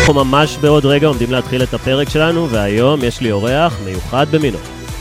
אנחנו ממש בעוד רגע עומדים להתחיל את הפרק שלנו, והיום יש לי אורח מיוחד במינו.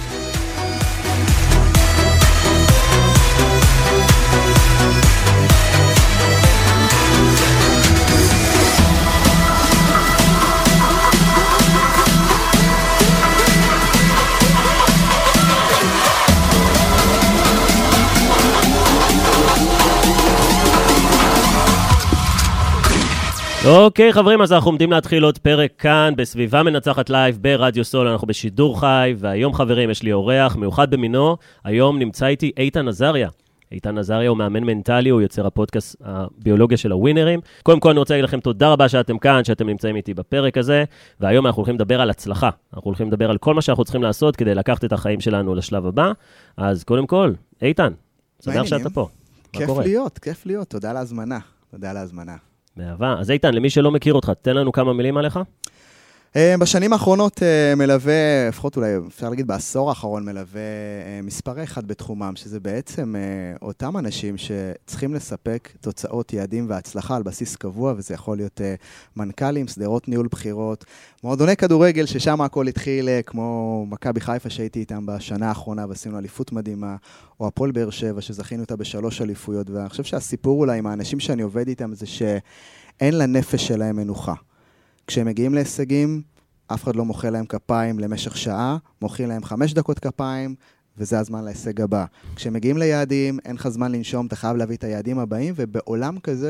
אוקיי חברים, אז אנחנו עומדים להתחיל עוד פרק כאן בסביבה מנצחת לייב ברדיו סול, אנחנו בשידור חי, והיום חברים יש לי אורח מיוחד במינו, היום נמצא איתי איתן עזריה. איתן עזריה הוא מאמן מנטלי, הוא יוצר הפודקאסט הביולוגיה של הווינרים. קודם כל אני רוצה להגיד לכם תודה רבה שאתם כאן, שאתם נמצאים איתי בפרק הזה, והיום אנחנו הולכים לדבר על הצלחה, אנחנו הולכים לדבר על כל מה שאנחנו צריכים לעשות כדי לקחת את החיים שלנו לשלב הבא. אז קודם כל, איתן, שמח שאתה פה. כיף להיות, תודה על ההזמנה. מאהבה. אז איתן, למי שלא מכיר אותך, תן לנו כמה מילים עליך. בשנים האחרונות מלווה, לפחות אולי אפשר להגיד בעשור האחרון, מלווה מספר אחד בתחומם, שזה בעצם אותם אנשים שצריכים לספק תוצאות, יעדים והצלחה על בסיס קבוע, וזה יכול להיות מנכ"לים, סדרות ניהול בחירות, מועדוני כדורגל ששם הכל התחיל, כמו מכבי חיפה שהייתי איתם בשנה האחרונה, ועשינו אליפות מדהימה, או הפועל באר שבע שזכינו אותה ב3 אליפויות, ואני חושב שהסיפור אולי עם האנשים שאני עובד איתם זה שאין לנפש שלהם מנוחה. כשהם מגיעים להישגים, אף אחד לא מוחא להם כפיים למשך שעה, מוחאים להם 5 דקות כפיים, וזה הזמן להישג הבא. כשהם מגיעים ליעדים, אין לך זמן לנשום, אתה חייב להביא את היעדים הבאים, ובעולם כזה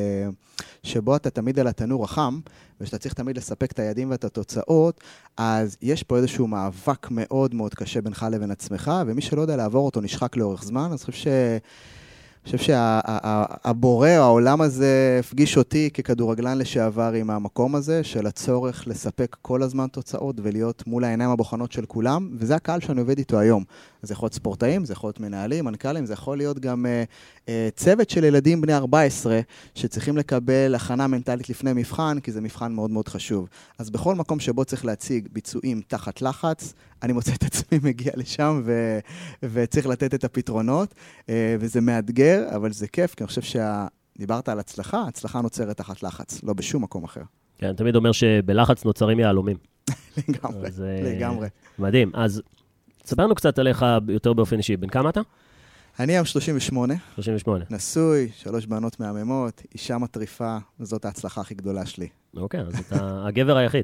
שבו אתה תמיד על התנור החם, ושאתה צריך תמיד לספק את היעדים ואת התוצאות, אז יש פה איזשהו מאבק מאוד מאוד קשה בינך לבין עצמך, ומי שלא יודע לעבור אותו נשחק לאורך זמן, אז אני חושב שהבורא, העולם הזה, הפגיש אותי ככדורגלן לשעבר עם המקום הזה, של הצורך לספק כל הזמן תוצאות ולהיות מול העיניים הבוחנות של כולם, וזה הקהל שאני עובד איתו היום. זה יכול להיות ספורטאים, זה יכול להיות מנהלים, מנכ"לים, זה יכול להיות גם צוות של ילדים בני 14, שצריכים לקבל הכנה מנטלית לפני מבחן, כי זה מבחן מאוד מאוד חשוב. אז בכל מקום שבו צריך להציג ביצועים תחת לחץ, אני מוצא את עצמי מגיע לשם וצריך לתת את הפתרונות, וזה מאתגר, אבל זה כיף, כי אני חושב דיברת על הצלחה, הצלחה נוצרת תחת לחץ, לא בשום מקום אחר. כן, תמיד אומר שבלחץ נוצרים יהלומים. לגמרי. מדהים. אז ספרנו קצת עליך יותר באופן אישי. בן כמה אתה? אני היום 38. 38. נשוי, 3 בנות מהממות, אישה מטריפה, וזאת ההצלחה הכי גדולה שלי. אוקיי, אז אתה הגבר היחיד.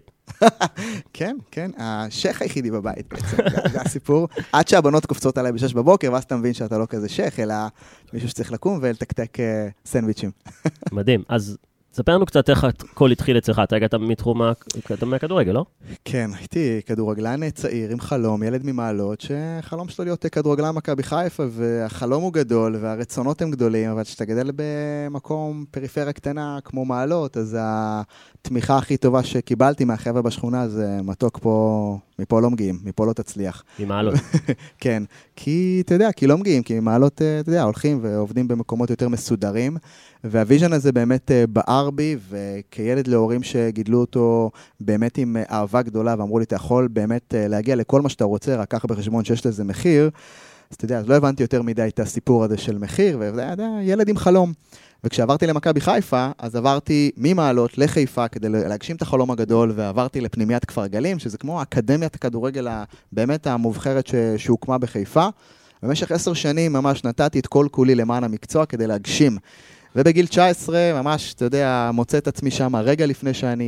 כן, כן, השייך היחידי בבית בעצם, זה הסיפור. עד שהבנות קופצות עליי ב6 בבוקר, ואז אתה מבין שאתה לא כזה שייך, אלא מישהו שצריך לקום ולתקתק סנדוויצ'ים. מדהים, אז ספרנו קצת איך הכל התחיל אצלך, אתה הגעת מתחום מהכדורגל, לא? כן, הייתי כדורגלן צעיר עם חלום, ילד ממעלות, שחלום שלו להיות כדורגלן מכבי חיפה, והחלום הוא גדול, והרצונות הם גדולים, אבל כשאתה גדל במקום פריפריה קטנה כמו מעלות, אז התמיכה הכי טובה שקיבלתי מהחבר'ה בשכונה, זה מתוק פה, מפה לא מגיעים, מפה לא תצליח. ממעלות. כן, כי אתה יודע, כי לא מגיעים, כי ממעלות, אתה יודע, הולכים ועובדים במקומות יותר מסודרים, והוויז'ן הזה באמת בער בי, וכילד להורים שגידלו אותו באמת עם אהבה גדולה, ואמרו לי, אתה יכול באמת להגיע לכל מה שאתה רוצה, רק ככה בחשבון שיש לזה מחיר, אז אתה יודע, אז לא הבנתי יותר מדי את הסיפור הזה של מחיר, וילד עם חלום. וכשעברתי למכבי חיפה, אז עברתי ממעלות לחיפה כדי להגשים את החלום הגדול, ועברתי לפנימיית כפר גלים, שזה כמו אקדמיית הכדורגל באמת המובחרת שהוקמה בחיפה. במשך 10 שנים ממש נתתי את כל כולי למען המקצוע כדי להגשים. ובגיל 19 ממש, אתה יודע, מוצא את עצמי שם רגע לפני שאני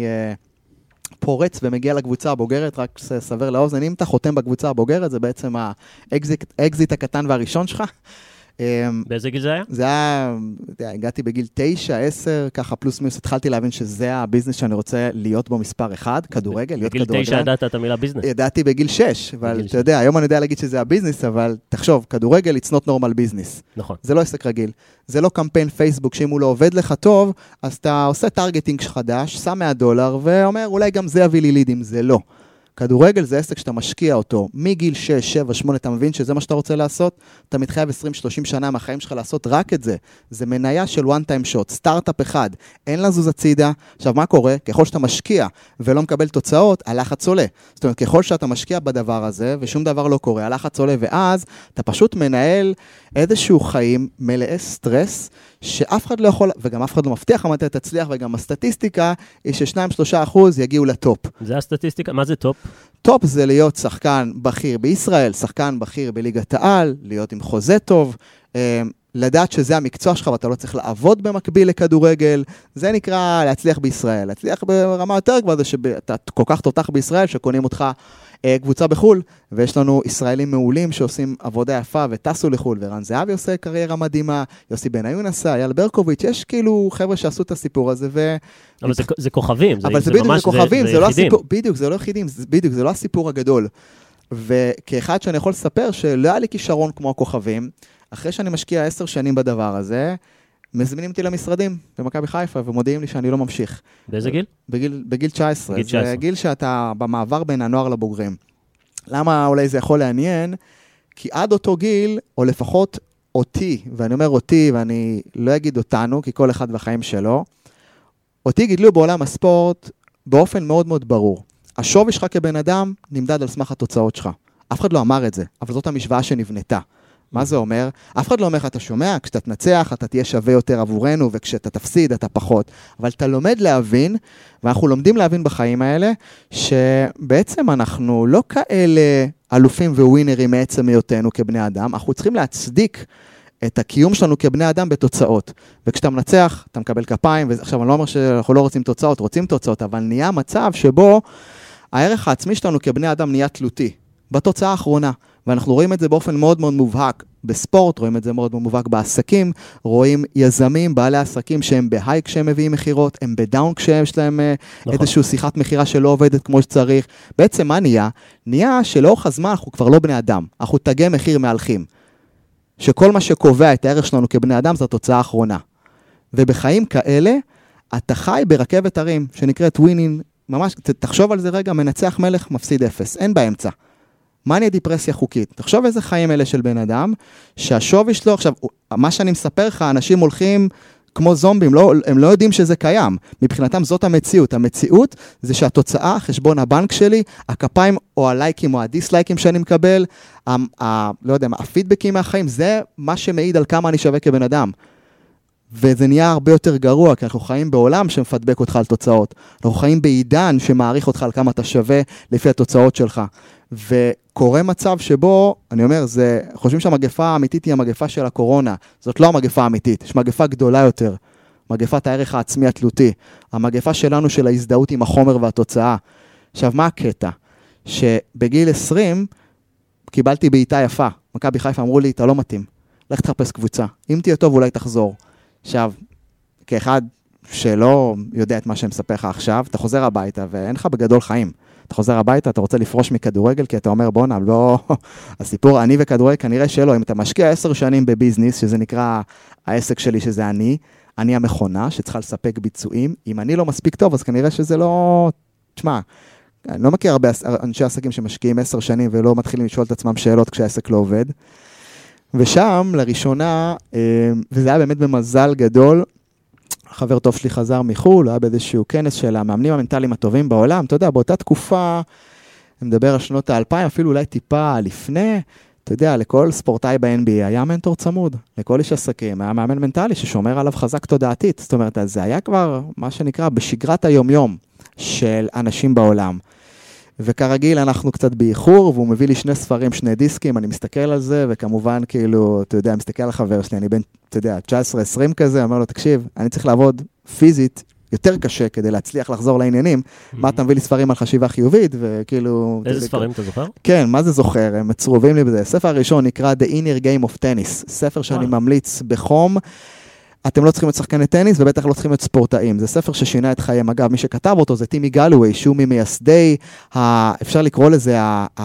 פורץ ומגיע לקבוצה הבוגרת, רק סבר לאוזן, אם אתה חותם בקבוצה הבוגרת, זה בעצם האקזיט הקטן והראשון שלך. באיזה גיל זה היה? זה היה, הגעתי בגיל 9, 10, ככה פלוס מינוס, התחלתי להבין שזה הביזנס שאני רוצה להיות בו מספר 1, כדורגל, להיות כדורגלן. בגיל 9 ידעת את המילה ביזנס? ידעתי בגיל 6, אבל אתה יודע, היום אני יודע להגיד שזה הביזנס, אבל תחשוב, כדורגל it's not normal business. נכון. זה לא עסק רגיל. זה לא קמפיין פייסבוק, שאם הוא לא עובד לך טוב, אז אתה עושה טרגטינג חדש, שם $100, ואומר, אולי גם זה יביא לי לידים, זה לא. כדורגל זה עסק שאתה משקיע אותו, מגיל 6, 7, 8, אתה מבין שזה מה שאתה רוצה לעשות? אתה מתחייב 20-30 שנה מהחיים שלך לעשות רק את זה. זה מניה של one time shot, סטארט-אפ אחד, אין לזוז הצידה. עכשיו, מה קורה? ככל שאתה משקיע ולא מקבל תוצאות, הלחץ עולה. זאת אומרת, ככל שאתה משקיע בדבר הזה ושום דבר לא קורה, הלחץ עולה, ואז אתה פשוט מנהל איזשהו חיים מלאי סטרס, שאף אחד לא יכול, וגם אף אחד לא מבטיח מתי תצליח, וגם הסטטיסטיקה היא ש2-3% יגיעו לטופ. זה הסטטיסטיקה? מה זה טופ? טופ זה להיות שחקן בכיר בישראל, שחקן בכיר בליגת העל, להיות עם חוזה טוב, לדעת שזה המקצוע שלך ואתה לא צריך לעבוד במקביל לכדורגל, זה נקרא להצליח בישראל. להצליח ברמה יותר גבוהה זה שאתה כל כך תותח בישראל שקונים אותך קבוצה בחול, ויש לנו ישראלים מעולים שעושים עבודה יפה וטסו לחול, ורן זהבי עושה קריירה מדהימה, יוסי בניון עשה, אייל ברקוביץ', יש כאילו חבר'ה שעשו את הסיפור הזה, אבל זה כוכבים, אבל זה בדיוק, זה כוכבים, זה לא הסיפור, בדיוק, זה לא יחידים, בדיוק, זה לא הסיפור הגדול. וכאחד שאני יכול לספר שלא היה לי כישרון כמו הכוכבים, אחרי שאני משקיע 10 שנים בדבר הזה, מזמינים אותי למשרדים במכבי חיפה, ומודיעים לי שאני לא ממשיך. באיזה גיל? בגיל 19. זה גיל שאתה במעבר בין הנוער לבוגרים. למה אולי זה יכול לעניין? כי עד אותו גיל, או לפחות אותי, ואני אומר אותי, ואני לא אגיד אותנו, כי כל אחד והחיים שלו, אותי גידלו בעולם הספורט באופן מאוד מאוד ברור. השווי שלך כבן אדם נמדד על סמך התוצאות שלך. אף אחד לא אמר את זה, אבל זאת המשוואה שנבנתה. מה זה אומר? אף אחד לא אומר, אתה שומע, כשאתה תנצח, אתה תהיה שווה יותר עבורנו, וכשאתה תפסיד, אתה פחות. אבל אתה לומד להבין, ואנחנו לומדים להבין בחיים האלה, שבעצם אנחנו לא כאלה אלופים וווינרים מעצם היותנו כבני אדם, אנחנו צריכים להצדיק את הקיום שלנו כבני אדם בתוצאות. וכשאתה מנצח, אתה מקבל כפיים, ועכשיו אני לא אומר שאנחנו לא רוצים תוצאות, רוצים תוצאות, אבל נהיה מצב שבו הערך העצמי שלנו כבני אדם נהיה תלותי, בתוצאה האחרונה. ואנחנו רואים את זה באופן מאוד מאוד מובהק בספורט, רואים את זה מאוד מאוד מובהק בעסקים, רואים יזמים, בעלי עסקים שהם בהיי כשהם מביאים מחירות, הם בדאון כשיש להם איזושהי שיחת מחירה שלא עובדת כמו שצריך. בעצם מה נהיה? נהיה שלאורך הזמן אנחנו כבר לא בני אדם, אנחנו תגי מחיר מהלכים. שכל מה שקובע את הערך שלנו כבני אדם זה התוצאה האחרונה. ובחיים כאלה, אתה חי ברכבת הרים, שנקראת ווינינג, ממש, תחשוב על זה רגע, מנצח מלך, מפסיד 0, אין באמצע. מניה דיפרסיה חוקית. תחשוב איזה חיים אלה של בן אדם, שהשווי שלו, עכשיו, מה שאני מספר לך, אנשים הולכים כמו זומבים, הם לא יודעים שזה קיים. מבחינתם זאת המציאות. המציאות זה שהתוצאה, חשבון הבנק שלי, הכפיים או הלייקים או הדיסלייקים שאני מקבל, לא יודע, הפידבקים מהחיים, זה מה שמעיד על כמה אני שווה כבן אדם. וזה נהיה הרבה יותר גרוע, כי אנחנו חיים בעולם שמפדבק אותך על תוצאות. אנחנו חיים בעידן שמעריך אותך על כמה אתה שווה לפי התוצאות שלך. וקורה מצב שבו, אני אומר, חושבים שהמגפה האמיתית היא המגפה של הקורונה. זאת לא המגפה האמיתית, יש מגפה גדולה יותר. מגפת הערך העצמי התלותי. המגפה שלנו של ההזדהות עם החומר והתוצאה. עכשיו, מה הקטע? שבגיל 20 קיבלתי בעיטה יפה. מכבי חיפה אמרו לי, אתה לא מתאים. לך תחפש קבוצה. אם תהיה טוב, אולי תחזור. עכשיו, כאחד שלא יודע את מה שמספר לך עכשיו, אתה חוזר הביתה ואין לך בגדול חיים. אתה חוזר הביתה, אתה רוצה לפרוש מכדורגל, כי אתה אומר, בונה, לא, הסיפור, אני וכדורגל, כנראה שלא, אם אתה משקיע 10 שנים בביזניס, שזה נקרא העסק שלי, שזה אני המכונה, שצריכה לספק ביצועים, אם אני לא מספיק טוב, אז כנראה שזה לא, תשמע, אני לא מכיר הרבה אנשי עסקים שמשקיעים 10 שנים, ולא מתחילים לשאול את עצמם שאלות כשהעסק לא עובד, ושם, לראשונה, וזה היה באמת במזל גדול, חבר טוב שלי חזר מחול, היה באיזשהו כנס של המאמנים המנטליים הטובים בעולם, אתה יודע, באותה תקופה, אני מדבר על שנות ה-2000, אפילו אולי טיפה לפני, אתה יודע, לכל ספורטאי ב-NBA היה מנטור צמוד, לכל איש עסקים, היה מאמן מנטלי ששומר עליו חזק תודעתית, זאת אומרת, זה היה כבר מה שנקרא בשגרת היום-יום של אנשים בעולם. וכרגיל אנחנו קצת באיחור, והוא מביא לי 2 ספרים, 2 דיסקים, אני מסתכל על זה, וכמובן כאילו, אתה יודע, מסתכל על החבר שלי, אני בן, אתה יודע, 19-20 כזה, אומר לו, תקשיב, אני צריך לעבוד פיזית יותר קשה כדי להצליח לחזור לעניינים, מה אתה מביא לי ספרים על חשיבה חיובית, וכאילו... איזה ספרים אתה זוכר? כן, מה זה זוכר? הם מצרובים לי בזה. הספר הראשון נקרא The Inner Game of Tennis, ספר שאני ממליץ בחום, אתם לא צריכים להיות שחקני טניס, ובטח לא צריכים להיות ספורטאים. זה ספר ששינה את חיים. אגב, מי שכתב אותו זה טימי גלווי, שהוא ממייסדי, אפשר לקרוא לזה,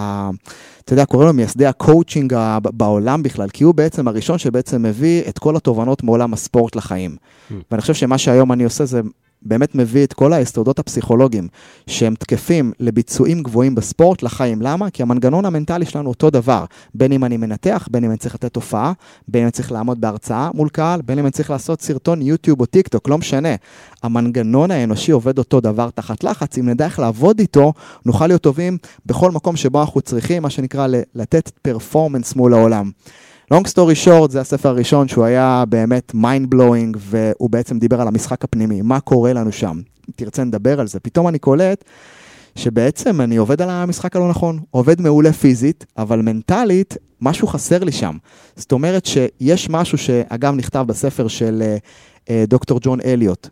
אתה יודע, קוראים לו מייסדי הקואוצ'ינג בעולם בכלל, כי הוא בעצם הראשון שבעצם מביא את כל התובנות מעולם הספורט לחיים. ואני חושב שמה שהיום אני עושה זה באמת מביא את כל היסודות הפסיכולוגיים שהם תקפים לביצועים גבוהים בספורט לחיים. למה? כי המנגנון המנטלי שלנו אותו דבר. בין אם אני מנתח, בין אם אני צריך לתת תופעה, בין אם אני צריך לעמוד בהרצאה מול קהל, בין אם אני צריך לעשות סרטון יוטיוב או טיק טוק, לא משנה. המנגנון האנושי עובד אותו דבר תחת לחץ. אם נדע איך לעבוד איתו, נוכל להיות טובים בכל מקום שבו אנחנו צריכים, מה שנקרא לתת פרפורמנס מול העולם. Long story short, זה הספר הראשון שהוא היה באמת mind blowing, והוא בעצם דיבר על המשחק הפנימי, מה קורה לנו שם. תרצה נדבר על זה. פתאום אני קולט שבעצם אני עובד על המשחק הלא נכון, עובד מעולה פיזית, אבל מנטלית, משהו חסר לי שם. זאת אומרת שיש משהו שאגב נכתב בספר של דוקטור ג'ון אליוט.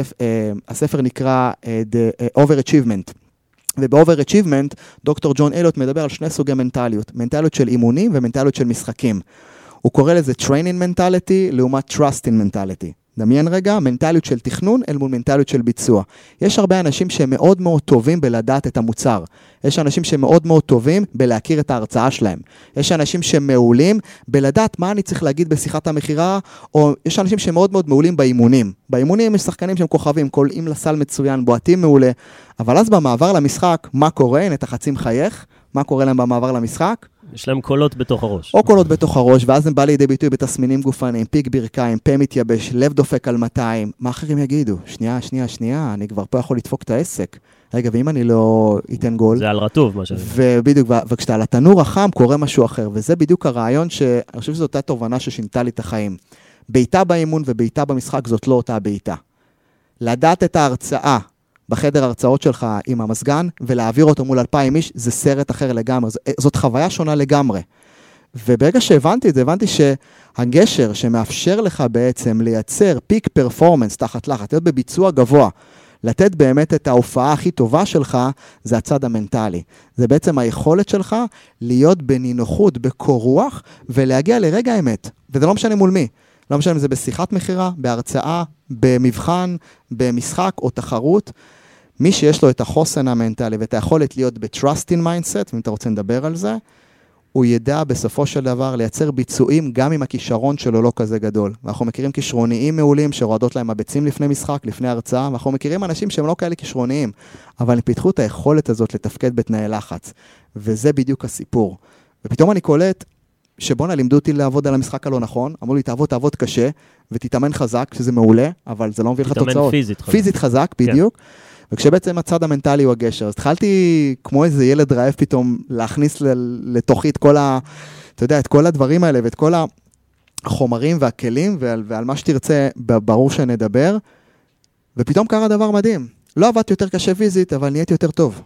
הספר נקרא The Overachievement. וב-Overachievement, דוקטור ג'ון אליוט מדבר על שני סוגי מנטליות. מנטליות של אימונים ומנטליות של משחקים. הוא קורא לזה Training Mentality לעומת Trusting Mentality. דמיין רגע, מנטליות של תכנון אל מול מנטליות של ביצוע. יש הרבה אנשים שהם מאוד מאוד טובים בלדעת את המוצר. יש אנשים שהם מאוד מאוד טובים בלהכיר את ההרצאה שלהם. יש אנשים שהם מעולים בלדעת מה אני צריך להגיד בשיחת המחירה, או יש אנשים שהם מאוד מאוד מעולים באימונים. באימונים יש שחקנים שהם כוכבים, קולעים לסל מצוין, בועטים מעולה. אבל אז במעבר למשחק, מה קורה? נתחצים חייך. מה קורה להם במעבר למשחק? יש להם קולות בתוך הראש. או קולות בתוך הראש, ואז הם בא לידי ביטוי בתסמינים גופניים, פיק ברכיים, פה מתייבש, לב דופק על 200. מה אחרים יגידו? שנייה, אני כבר פה יכול לדפוק את העסק. רגע, ואם אני לא אתן גול? זה על רטוב, מה שאני... ובדיוק, וכשאתה על התנור החם קורה משהו אחר, וזה בדיוק הרעיון שאני חושב שזו אותה תובנה ששינתה לי את החיים. בעיטה באימון ובעיטה במשחק זאת לא אותה בעיטה. לדעת את ההרצאה בחדר הרצאות שלך עם המסגן, ולהעביר אותו מול 2,000 איש, זה סרט אחר לגמרי. זאת חוויה שונה לגמרי. וברגע שהבנתי את זה, הבנתי שהגשר שמאפשר לך בעצם לייצר פיק פרפורמנס תחת לחץ, להיות בביצוע גבוה, לתת באמת את ההופעה הכי טובה שלך, זה הצד המנטלי. זה בעצם היכולת שלך להיות בנינוחות, בקור רוח, ולהגיע לרגע האמת. וזה לא משנה מול מי. לא משנה אם זה בשיחת מחירה, בהרצאה, במבחן, במשחק או תחרות. מי שיש לו את החוסן המנטלי ואת היכולת להיות ב-trusting mindset, אם אתה רוצה לדבר על זה, הוא ידע בסופו של דבר לייצר ביצועים גם אם הכישרון שלו לא כזה גדול. ואנחנו מכירים כישרוניים מעולים שרועדות להם הביצים לפני משחק, לפני הרצאה, ואנחנו מכירים אנשים שהם לא כאלה כישרוניים, אבל הם פיתחו את היכולת הזאת לתפקד בתנאי לחץ. וזה בדיוק הסיפור. ופתאום אני קולט שבונה לימדו אותי לעבוד על המשחק הלא נכון, אמרו לי תעבוד קשה ותתאמן חזק, שזה מעולה, אבל זה לא מביא לך תוצאות. תתאמן פיזית חזק. פיזית חזק, בדיוק. כן. וכשבעצם הצד המנטלי הוא הגשר, אז התחלתי כמו איזה ילד רעב פתאום להכניס לתוכי את כל אתה יודע, את כל הדברים האלה ואת כל החומרים והכלים ועל מה שתרצה ברור שנדבר, ופתאום קרה דבר מדהים. לא עבדתי יותר קשה פיזית, אבל נהייתי יותר טוב.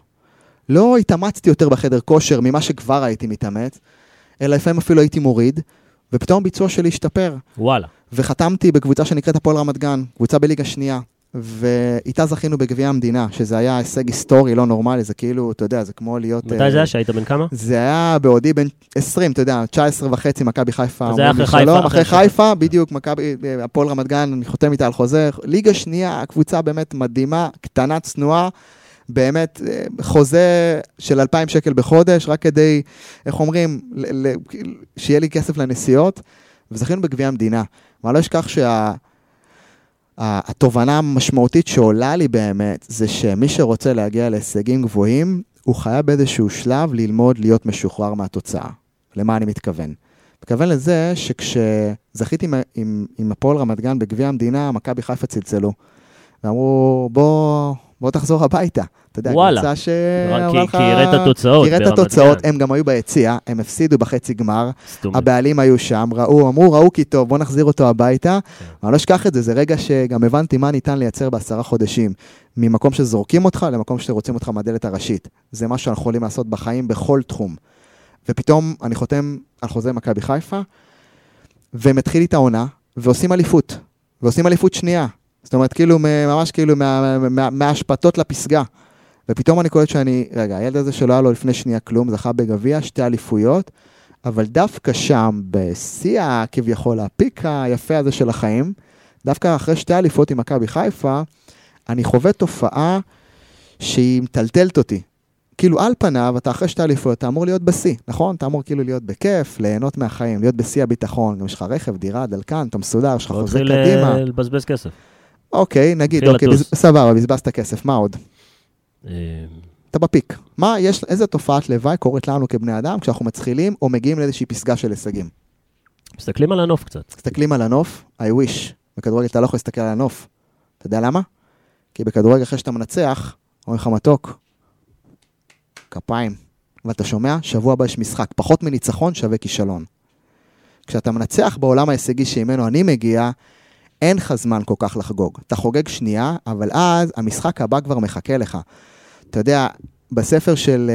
לא התאמצתי יותר בחדר כושר ממה שכבר הייתי מתאמץ, אלא לפעמים אפילו הייתי מוריד, ופתאום ביצוע שלי השתפר. וואלה. וחתמתי בקבוצה שנקראת הפועל רמת גן, קבוצה בליגה שנייה, ואיתה זכינו בגביע המדינה, שזה היה הישג היסטורי, לא נורמלי, זה כאילו, אתה יודע, זה כמו להיות... מתי זה היה? שהיית בן כמה? זה היה בעודי בן 20, אתה יודע, 19.5, מכבי חיפה. זה היה אחרי חיפה. אחרי חיפה, בדיוק, מכבי, הפועל רמת גן, אני חותם איתה על חוזה. ליגה שנייה, קבוצה באמת מדהימה, קטנה, צנועה, באמת חוזה של 2,000 שקל בחודש, רק כדי, איך אומרים, שיהיה לי כסף לנסיעות, וזכינו בגביע המדינה. אבל לא אשכח התובנה המשמעותית שעולה לי באמת, זה שמי שרוצה להגיע להישגים גבוהים, הוא חייב באיזשהו שלב ללמוד להיות משוחרר מהתוצאה. למה אני מתכוון? מתכוון לזה שכשזכיתי עם הפועל רמת גן בגביע המדינה, מכבי חיפה צלצלו. ואמרו, בוא תחזור הביתה. אתה יודע, קבוצה כי יראה את התוצאות. יראה את התוצאות, הם גם היו ביציאה, הם הפסידו בחצי גמר, הבעלים היו שם, ראו כי טוב, בוא נחזיר אותו הביתה, אבל לא אשכח את זה, זה רגע שגם הבנתי מה ניתן לייצר ב10 חודשים, ממקום שזורקים אותך למקום שרוצים אותך מהדלת הראשית. זה מה שאנחנו יכולים לעשות בחיים בכל תחום. ופתאום אני חותם על חוזה מכבי חיפה, ומתחיל לי את העונה, ועושים אליפות שנייה. זאת אומרת, כאילו, ממש כאילו, מהשפטות לפסגה. ופתאום אני קולט רגע, הילד הזה שלא היה לו לפני שנייה כלום, זכה בגביע, 2 אליפויות, אבל דווקא שם, בשיא כביכול, הפיק היפה הזה של החיים, דווקא אחרי 2 אליפויות עם מכבי חיפה, אני חווה תופעה שהיא מטלטלת אותי. כאילו, על פניו, אתה אחרי 2 אליפויות, אתה אמור להיות בשיא, נכון? אתה אמור כאילו להיות בכיף, ליהנות מהחיים, להיות בשיא הביטחון, גם יש לך רכב, דירה, דלקן, אתה מסודר, יש לך חוזה קדימה. תתחיל לבזבז כסף. אוקיי, נגיד, סבבה, בזבזת כסף, מה עוד? אתה בפיק. איזה תופעת לוואי קורית לנו כבני אדם, כשאנחנו מתחילים או מגיעים לאיזושהי פסגה של הישגים? מסתכלים על הנוף קצת. מסתכלים על הנוף, I wish. בכדורגל אתה לא יכול להסתכל על הנוף. אתה יודע למה? כי בכדורגל אחרי שאתה מנצח, אומרים לך מתוק, כפיים. ואתה שומע, שבוע הבא יש משחק, פחות מניצחון שווה כישלון. כשאתה מנצח בעולם ההישגי שממנו אני מגיע, אין לך זמן כל כך לחגוג. אתה חוגג שנייה, אבל אז המשחק הבא כבר מחכה לך. אתה יודע, בספר של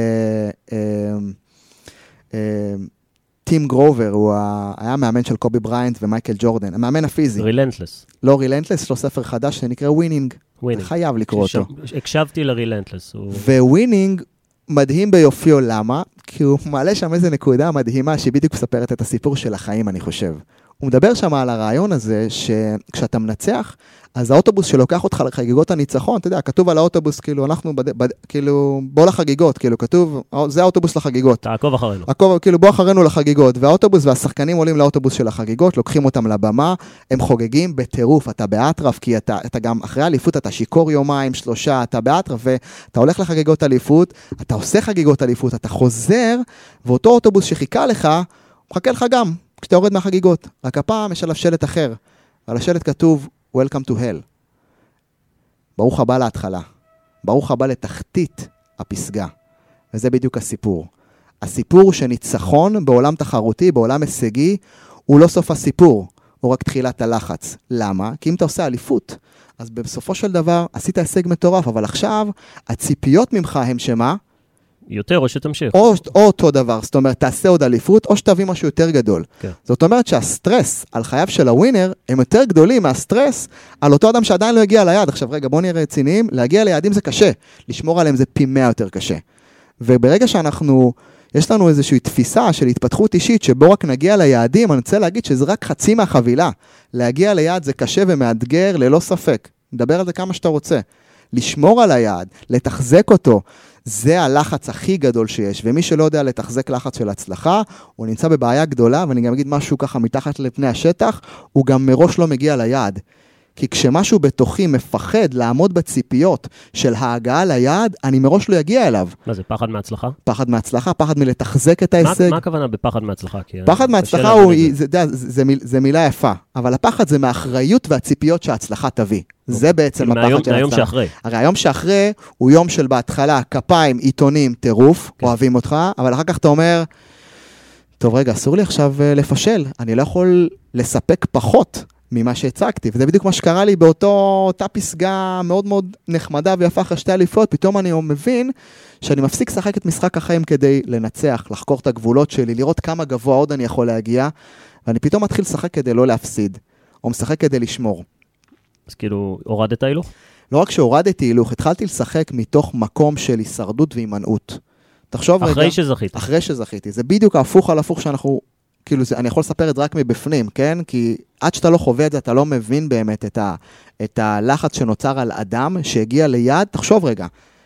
טים גרובר, הוא היה מאמן של קובי בריינט ומייקל ג'ורדן, המאמן הפיזי. רילנטלס. לא רילנטלס, יש לו ספר חדש שנקרא ווינינג. אתה חייב לקרוא אותו. הקשבתי לרילנטלס. וווינינג מדהים ביופיו, למה? כי הוא מעלה שם איזו נקודה מדהימה שהיא בדיוק מספרת את הסיפור של החיים, אני חושב. הוא מדבר שם על הרעיון הזה שכשאתה מנצח, אז האוטובוס שלוקח אותך לחגיגות הניצחון, אתה יודע, כתוב על האוטובוס, כאילו, אנחנו, כאילו, בוא לחגיגות, כאילו, כתוב, זה האוטובוס לחגיגות. תעקוב אחרינו. כאילו, בוא אחרינו לחגיגות, והאוטובוס והשחקנים עולים לאוטובוס של החגיגות, לוקחים אותם לבמה, הם חוגגים בטירוף, אתה באטרף, כי אתה גם אחרי האליפות, אתה שיקור יומיים, 3, אתה באטרף, ואתה הולך לחגיגות אליפות, אתה עושה חגיגות אליפות, אתה חוזר, ואותו אוטובוס שחיכה לך, הוא מחכה לך גם, כשאתה יורד מהחגיגות. רק הפעם יש עליו שלט אחר, ועל השלט כתוב, Welcome to hell. ברוך הבא להתחלה. ברוך הבא לתחתית הפסגה. וזה בדיוק הסיפור. הסיפור שניצחון בעולם תחרותי, בעולם הישגי, הוא לא סוף הסיפור, הוא רק תחילת הלחץ. למה? כי אם אתה עושה אליפות, אז בסופו של דבר עשית הישג מטורף, אבל עכשיו הציפיות ממך הם שמה? יותר או שתמשיך. או אותו דבר, זאת אומרת, תעשה עוד אליפות, או שתביא משהו יותר גדול. כן. זאת אומרת שהסטרס על חייו של הווינר, הם יותר גדולים מהסטרס על אותו אדם שעדיין לא הגיע ליעד. עכשיו רגע, בוא נהיה רציניים, להגיע ליעדים זה קשה, לשמור עליהם זה פי 100 יותר קשה. וברגע יש לנו איזושהי תפיסה של התפתחות אישית, שבו רק נגיע ליעדים, אני רוצה להגיד שזה רק חצי מהחבילה. להגיע ליעד זה קשה ומאתגר ללא ספק. נדבר על זה כמה שאתה רוצה. לשמור על היעד, לתחזק אותו, זה הלחץ הכי גדול שיש, ומי שלא יודע לתחזק לחץ של הצלחה, הוא נמצא בבעיה גדולה, ואני גם אגיד משהו ככה מתחת לפני השטח, הוא גם מראש לא מגיע ליעד. כי כשמשהו בתוכי מפחד לעמוד בציפיות של ההגעה ליעד, אני מראש לא אגיע אליו. מה זה, פחד מהצלחה? פחד מהצלחה, פחד מלתחזק את ההישג. מה הכוונה בפחד מהצלחה? פחד מהצלחה זה מילה יפה, אבל הפחד זה מהאחריות והציפיות שההצלחה תביא. זה בעצם הפחד של הצלחה. מהיום שאחרי. הרי היום שאחרי הוא יום של בהתחלה, כפיים, עיתונים, טירוף, אוהבים אותך, אבל אחר כך אתה אומר, טוב רגע, אסור לי עכשיו לפשל, אני לא יכול לספק פחות ממה שהצגתי, וזה בדיוק מה שקרה לי באותה פסגה מאוד מאוד נחמדה ויפה אחרי 2 אליפות, פתאום אני מבין שאני מפסיק לשחק את משחק החיים כדי לנצח, לחקור את הגבולות שלי, לראות כמה גבוה עוד אני יכול להגיע, ואני פתאום מתחיל לשחק כדי לא להפסיד, או משחק כדי לשמור. אז כאילו, הורדת הילוך? לא רק שהורדתי הילוך, התחלתי לשחק מתוך מקום של הישרדות והימנעות. תחשוב רגע. אחרי שזכיתי. אחרי שזכיתי. זה בדיוק ההפוך על הפוך שאנחנו, כאילו, אני יכול לספר את זה רק מבפנים, כן? כי עד שאתה לא חווה את זה, אתה לא מבין באמת את הלחץ שנוצר על אדם שהגיע ליד. תחשוב רגע.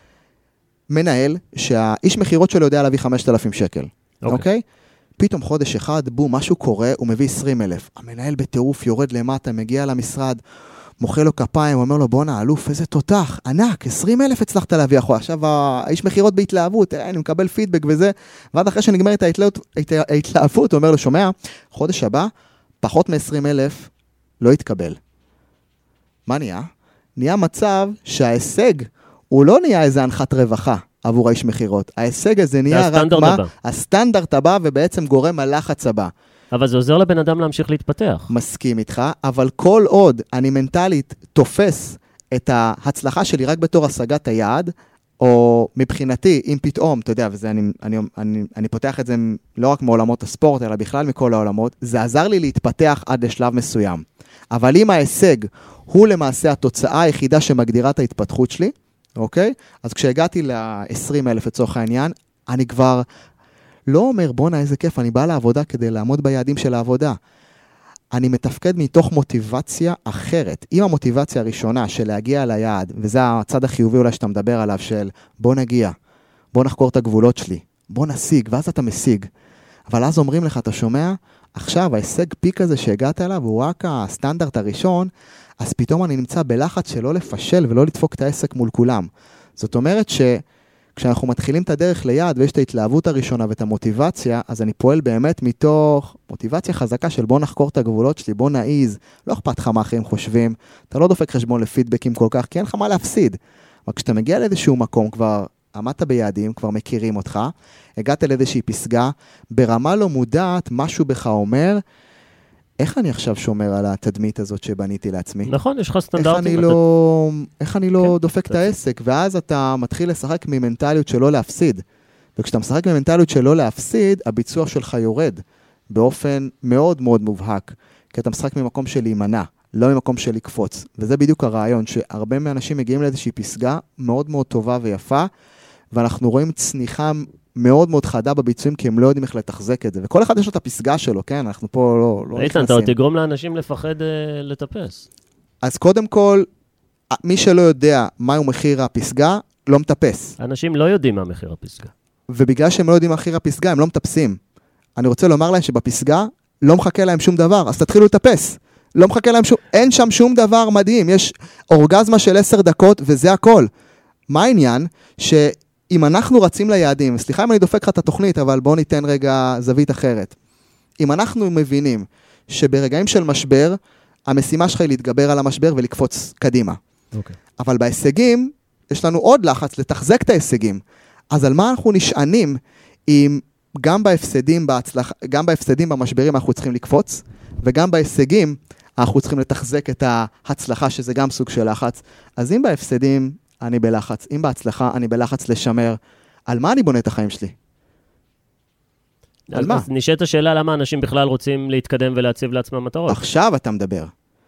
מנהל שהאיש מחירות שלו יודע להביא 5,000 שקל. אוקיי? פתאום חודש אחד, בום, משהו קורה, הוא מביא 20,000. המנהל בטירוף יורד למטה, מגיע למשרד, מוחא לו כפיים, אומר לו, בוא נעלוף, איזה תותח, ענק, 20,000 הצלחת להביא אחורה. עכשיו, האיש מחירות בהתלהבות, אני מקבל פידבק וזה, ועד אחרי שנגמר את ההתלהבות, הוא אומר לו, שומע, חודש הבא, פחות מ-20,000 לא יתקבל. מה נהיה? נהיה מצב שההישג, הוא לא נהיה איזה הנחת רווחה עבור האיש מחירות. ההישג הזה נהיה רק מה? הסטנדרט הבא, ובעצם גורם הלחץ הבא. אבל זה עוזר לבן אדם להמשיך להתפתח. מסכים איתך, אבל כל עוד אני מנטלית תופס את ההצלחה שלי רק בתור השגת היעד, או מבחינתי, אם פתאום, אתה יודע, וזה אני פותח את זה לא רק מעולמות הספורט, אלא בכלל מכל העולמות, זה עזר לי להתפתח עד לשלב מסוים. אבל אם ההישג הוא למעשה התוצאה היחידה שמגדירה את ההתפתחות שלי, אוקיי? אז כשהגעתי ל-20,000 לצורך העניין, אני כבר לא אומר, בונה, איזה כיף, אני בא לעבודה כדי לעמוד ביעדים של העבודה. אני מתפקד מתוך מוטיבציה אחרת. אם המוטיבציה הראשונה של להגיע ליעד, וזה הצד החיובי אולי שאתה מדבר עליו, של בוא נגיע, בוא נחקור את הגבולות שלי, בוא נשיג, ואז אתה משיג. אבל אז אומרים לך, אתה שומע, עכשיו ההישג פיק הזה שהגעת אליו, הוא רק הסטנדרט הראשון, אז פתאום אני נמצא בלחץ שלא לפשל ולא לדפוק את העסק מול כולם. זאת אומרת כשאנחנו מתחילים את הדרך ליד, ויש את ההתלהבות הראשונה ואת המוטיבציה, אז אני פועל באמת מתוך מוטיבציה חזקה של בוא נחקור את הגבולות שלי, בוא נעיז, לא אכפת לך מה אחרים חושבים, אתה לא דופק חשבון לפידבקים כל כך, כי אין לך מה להפסיד. אבל כשאתה מגיע לאיזשהו מקום, כבר עמדת ביעדים, כבר מכירים אותך, הגעת לאיזושהי פסגה, ברמה לא מודעת, משהו בך אומר, איך אני עכשיו שומר על התדמית הזאת שבניתי לעצמי? נכון, יש לך סטנדרטים. איך אני לא דופק את העסק? ואז אתה מתחיל לשחק ממנטליות שלא להפסיד. וכשאתה משחק ממנטליות שלא להפסיד, הביצוע שלך יורד באופן מאוד מאוד מובהק. כי אתה משחק ממקום של להימנע, לא ממקום של לקפוץ. וזה בדיוק הרעיון, שהרבה מהאנשים מגיעים לאיזושהי פסגה מאוד מאוד טובה ויפה, ואנחנו רואים צניחה מאוד מאוד חדה בביצועים, כי הם לא יודעים איך לתחזק את זה. וכל אחד יש לו את הפסגה שלו, כן? אנחנו פה לא איתן, אתה עוד תגרום לאנשים לפחד לטפס. אז קודם כל, מי שלא יודע מהו מחיר הפסגה, לא מטפס. אנשים לא יודעים מה מחיר הפסגה. ובגלל שהם לא יודעים מה מחיר הפסגה, הם לא מטפסים. אני רוצה לומר להם שבפסגה לא מחכה להם שום דבר, אז תתחילו לטפס. לא מחכה להם שום, אין שם שום דבר מדהים. יש אורגזמה של 10 דקות, וזה הכל. מה העניין? שאם אנחנו רצים ליעדים, סליחה אם אני דופק לך את התוכנית, אבל בואו ניתן רגע זווית אחרת. אם אנחנו מבינים שברגעים של משבר, המשימה שלך היא להתגבר על המשבר ולקפוץ קדימה. אוקיי. אבל בהישגים, יש לנו עוד לחץ לתחזק את ההישגים. אז על מה אנחנו נשענים אם גם בהפסדים במשברים אנחנו צריכים לקפוץ, וגם בהישגים אנחנו צריכים לתחזק את ההצלחה, שזה גם סוג של לחץ. אז אם בהפסדים אני בלחץ, אם בהצלחה אני בלחץ לשמר, על מה אני בונה את החיים שלי? על מה? אז נשאלת השאלה למה אנשים בכלל רוצים להתקדם ולהציב לעצמם מטרות. עכשיו אתה מדבר.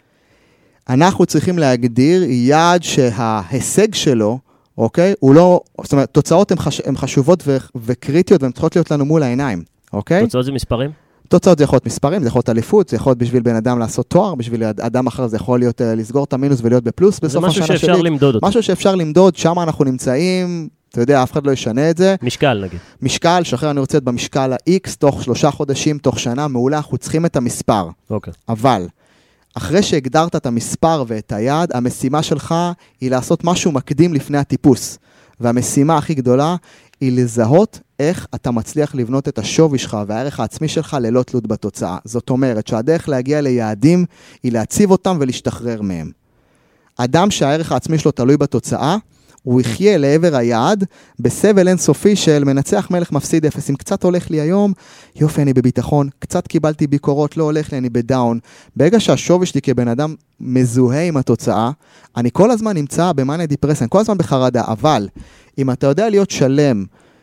אנחנו צריכים להגדיר יעד שההישג שלו, אוקיי? הוא לא, זאת אומרת, תוצאות הן חשובות וקריטיות, והן צריכות להיות לנו מול העיניים, אוקיי? תוצאות זה מספרים? תוצאות זה יכול להיות מספרים, זה יכול להיות אליפות, זה יכול להיות בשביל בן אדם לעשות תואר, בשביל אדם אחר זה יכול להיות לסגור את המינוס ולהיות בפלוס בסוף השנה שלי. זה משהו שאפשר למדוד אותו. משהו שאפשר למדוד, שם אנחנו נמצאים, אתה יודע, אף אחד לא ישנה את זה. משקל נגיד. משקל, שאחר אני רוצה להיות במשקל ה-X, תוך 3 חודשים, תוך שנה, מעולה, אנחנו צריכים את המספר. אוקיי. אבל אחרי שהגדרת את המספר ואת היעד, המשימה שלך היא לעשות משהו מקדים לפני הטיפוס. והמשימה הכי גדולה היא לזהות איך אתה מצליח לבנות את השווי שלך והערך העצמי שלך ללא תלות בתוצאה. זאת אומרת שהדרך להגיע ליעדים היא להציב אותם ולהשתחרר מהם. אדם שהערך העצמי שלו תלוי בתוצאה, הוא יחיה לעבר היעד בסבל אינסופי של מנצח מלך מפסיד 0. אם קצת הולך לי היום, יופי, אני בביטחון, קצת קיבלתי ביקורות, לא הולך לי, אני בדאון. ברגע שהשווי שלי כבן אדם מזוהה עם התוצאה, אני כל הזמן נמצא במאניה דיפרסיה, כל הזמן בחרדה, אבל אם אתה יודע להיות שלם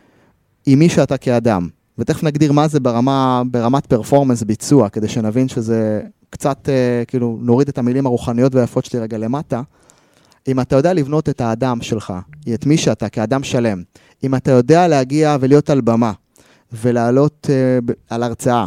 עם מי שאתה כאדם, ותכף נגדיר מה זה ברמת פרפורמנס ביצוע, כדי שנבין שזה קצת, כאילו, נוריד את המילים הרוחניות והיפות שלי רגע למטה, אם אתה יודע לבנות את האדם שלך, את מי שאתה כאדם שלם, אם אתה יודע להגיע ולהיות על במה, ולעלות על הרצאה,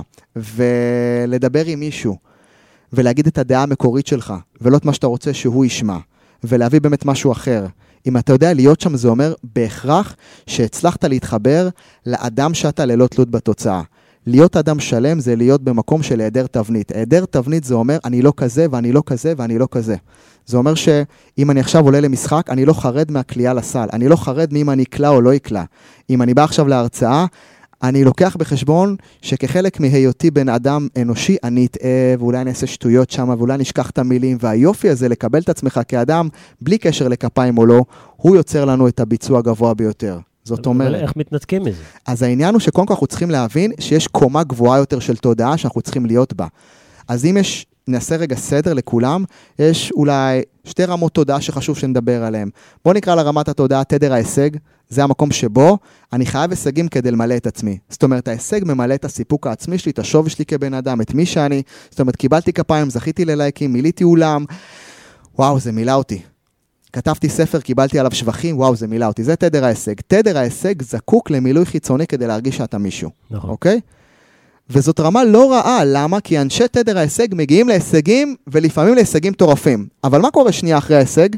ולדבר עם מישהו, ולהגיד את הדעה המקורית שלך, ולא את מה שאתה רוצה שהוא ישמע, ולהביא באמת משהו אחר. אם אתה יודע להיות שם, זה אומר בהכרח שהצלחת להתחבר לאדם שאתה ללא תלות בתוצאה. להיות אדם שלם זה להיות במקום של היעדר תבנית. היעדר תבנית זה אומר אני לא כזה ואני לא כזה ואני לא כזה. זה אומר שאם אני עכשיו עולה למשחק, אני לא חרד מהקליעה לסל. אני לא חרד מאם אני אקלע או לא אקלע. אם אני בא עכשיו להרצאה, אני לוקח בחשבון שכחלק מהיותי בן אדם אנושי, אני אטעה ואולי אני אעשה שטויות שם ואולי אני אשכח את המילים. והיופי הזה לקבל את עצמך כאדם, בלי קשר לכפיים או לא, הוא יוצר לנו את הביצוע הגבוה ביותר. זאת אומרת. איך מתנתקים מזה? אז העניין הוא שקודם כל אנחנו צריכים להבין שיש קומה גבוהה יותר של תודעה שאנחנו צריכים להיות בה. אז אם יש, נעשה רגע סדר לכולם, יש אולי 2 רמות תודעה שחשוב שנדבר עליהן. בוא נקרא לרמת התודעה תדר ההישג, זה המקום שבו אני חייב הישגים כדי למלא את עצמי. זאת אומרת, ההישג ממלא את הסיפוק העצמי שלי, את השווי שלי כבן אדם, את מי שאני, זאת אומרת, קיבלתי כפיים, זכיתי ללייקים, מיליתי אולם, וואו, זה מילא אותי. כתבתי ספר, קיבלתי עליו שבחים, וואו, זה מילא אותי. זה תדר ההישג. תדר ההישג זקוק למילוי חיצוני כדי להרגיש שאתה מישהו. נכון. אוקיי? וזאת רמה לא רעה, למה? כי אנשי תדר ההישג מגיעים להישגים, ולפעמים להישגים טורפים. אבל מה קורה שנייה אחרי ההישג?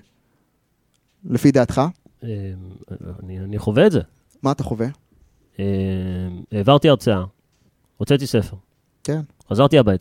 לפי דעתך? אני חווה את זה. מה אתה חווה? העברתי הרצאה, הוצאתי ספר. כן. חזרתי הביתה.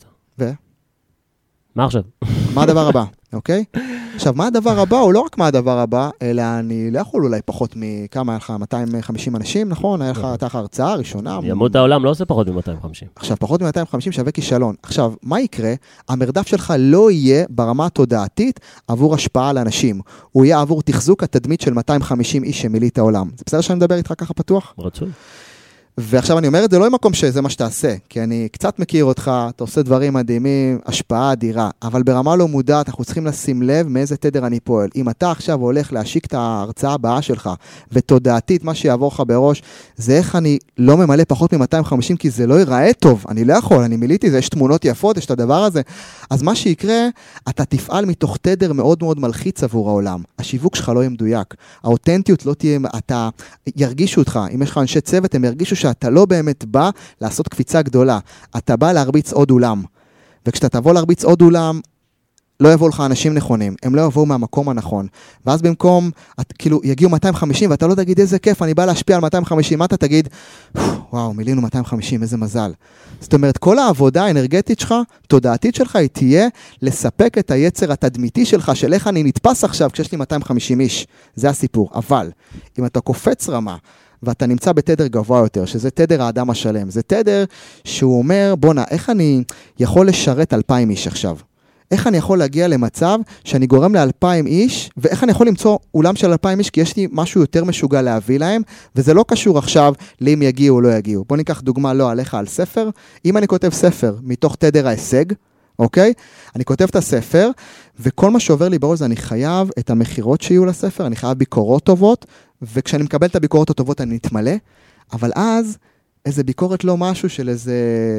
מה עכשיו? מה הדבר הבא? אוקיי? עכשיו, מה הדבר הבא? הוא לא רק מה הדבר הבא, אלא אני לא יכול אולי פחות מכמה, היה לך 250 אנשים, נכון? היה לך הרצאה ראשונה. ימות העולם לא עושה פחות מ-250. עכשיו, פחות מ-250 שווה כישלון. עכשיו, מה יקרה? המרדף שלך לא יהיה ברמה התודעתית עבור השפעה על אנשים. הוא יהיה עבור תחזוק התדמית של 250 איש שמיליא את העולם. זה בסדר שאני מדבר איתך ככה פתוח? רצוי. ועכשיו אני אומר את זה לא עם מקום שזה מה שתעשה, כי אני קצת מכיר אותך, אתה עושה דברים מדהימים, השפעה אדירה, אבל ברמה לא מודעת, אנחנו צריכים לשים לב מאיזה תדר אני פועל. אם אתה עכשיו הולך להשיק את ההרצאה הבאה שלך, ותודעתית מה שיעבור לך בראש, זה איך אני לא ממלא פחות מ-250, כי זה לא ייראה טוב, אני לא יכול, אני מיליתי, יש תמונות יפות, יש את הדבר הזה. אז מה שיקרה, אתה תפעל מתוך תדר מאוד מאוד מלחיץ עבור העולם. השיווק שלך לא יהיה מדויק. האותנטיות לא תהיה, אתה ירגישו אותך, אם יש לך אנשי צוות, הם ירגישו שאתה לא באמת בא לעשות קפיצה גדולה. אתה בא להרביץ עוד אולם. וכשאתה תבוא להרביץ עוד אולם, לא יבואו לך אנשים נכונים, הם לא יבואו מהמקום הנכון. ואז במקום, כאילו, יגיעו 250, ואתה לא תגיד איזה כיף, אני בא להשפיע על 250, מה אתה תגיד? וואו, מילינו 250, איזה מזל. זאת אומרת, כל העבודה האנרגטית שלך, תודעתית שלך, היא תהיה לספק את היצר התדמיתי שלך, של איך אני נתפס עכשיו כשיש לי 250 איש. זה הסיפור. אבל, אם אתה קופץ רמה, ואתה נמצא בתדר גבוה יותר, שזה תדר האדם השלם, זה תדר שהוא אומר, בונה, איך אני יכול לשרת 2,000 איש עכשיו? איך אני יכול להגיע למצב שאני גורם ל2,000 איש, ואיך אני יכול למצוא אולם של 2,000 איש, כי יש לי משהו יותר משוגע להביא להם, וזה לא קשור עכשיו לאם יגיעו או לא יגיעו. בוא ניקח דוגמה לא עליך על ספר. אם אני כותב ספר מתוך תדר ההישג, אוקיי? אני כותב את הספר, וכל מה שעובר לי בראש זה אני חייב את המחירות שיהיו לספר, אני חייב ביקורות טובות, וכשאני מקבל את הביקורות הטובות אני נתמלא, אבל אז איזה ביקורת לא משהו של איזה,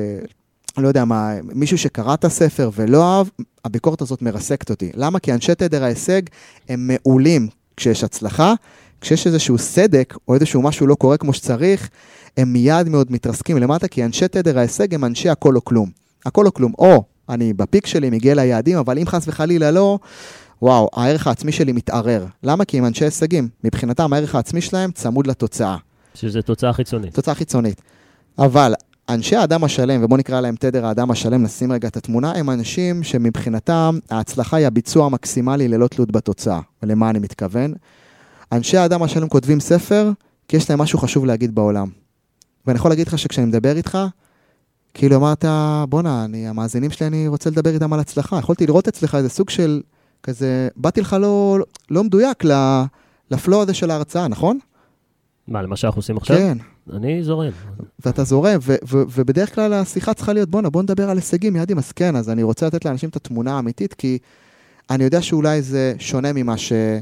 לא יודע מה, מישהו שקרא את הספר ולא אהב, הביקורת הזאת מרסקת אותי. למה? כי אנשי תדר ההישג הם מעולים כשיש הצלחה, כשיש איזשהו סדק או איזשהו משהו לא קורה כמו שצריך, הם מיד מאוד מתרסקים למטה, כי אנשי תדר ההישג הם אנשי הכל או כלום. הכל או כלום, או אני בפיק שלי מגיע ליעדים, אבל אם חס וחלילה לא, וואו, הערך העצמי שלי מתערער. למה? כי הם אנשי הישגים. מבחינתם הערך העצמי שלהם צמוד לתוצאה. שזה תוצאה חיצונית. תוצאה חיצונית. אבל אנשי האדם השלם, ובוא נקרא להם תדר האדם השלם, נשים רגע את התמונה, הם אנשים שמבחינתם ההצלחה היא הביצוע המקסימלי ללא תלות בתוצאה. ולמה אני מתכוון? אנשי האדם השלם כותבים ספר, כי יש להם משהו חשוב להגיד בעולם. ואני יכול להגיד לך שכשאני מדבר איתך, כאילו אמרת, בונה, המאזינים שלי, אני רוצה לדבר איתם על הצלחה. יכולתי לראות אצלך איזה סוג של, כזה, באתי לך לא מדויק לפלוא הזה של ההרצאה, נכון? מה, למה שאנחנו עושים עכשיו? כן. אני זורם. ואתה זורם, ובדרך כלל השיחה צריכה להיות, בוא נדבר על הישגים, יעדים, אז כן, אז אני רוצה לתת לאנשים את התמונה האמיתית, כי אני יודע שאולי זה שונה ממה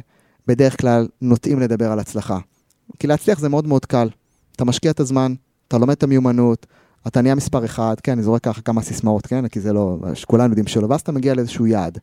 שבדרך כלל נוטים לדבר על הצלחה. כי להצליח זה מאוד מאוד קל. אתה משקיע את הזמן, אתה לומד את המיומנות, אתה נהיה מספר אחד, כן, אני זורק ככה כמה סיסמאות, כן, כי זה לא, שכולנו יודעים שלא, ואז אתה מגיע לאיזשהו יעד.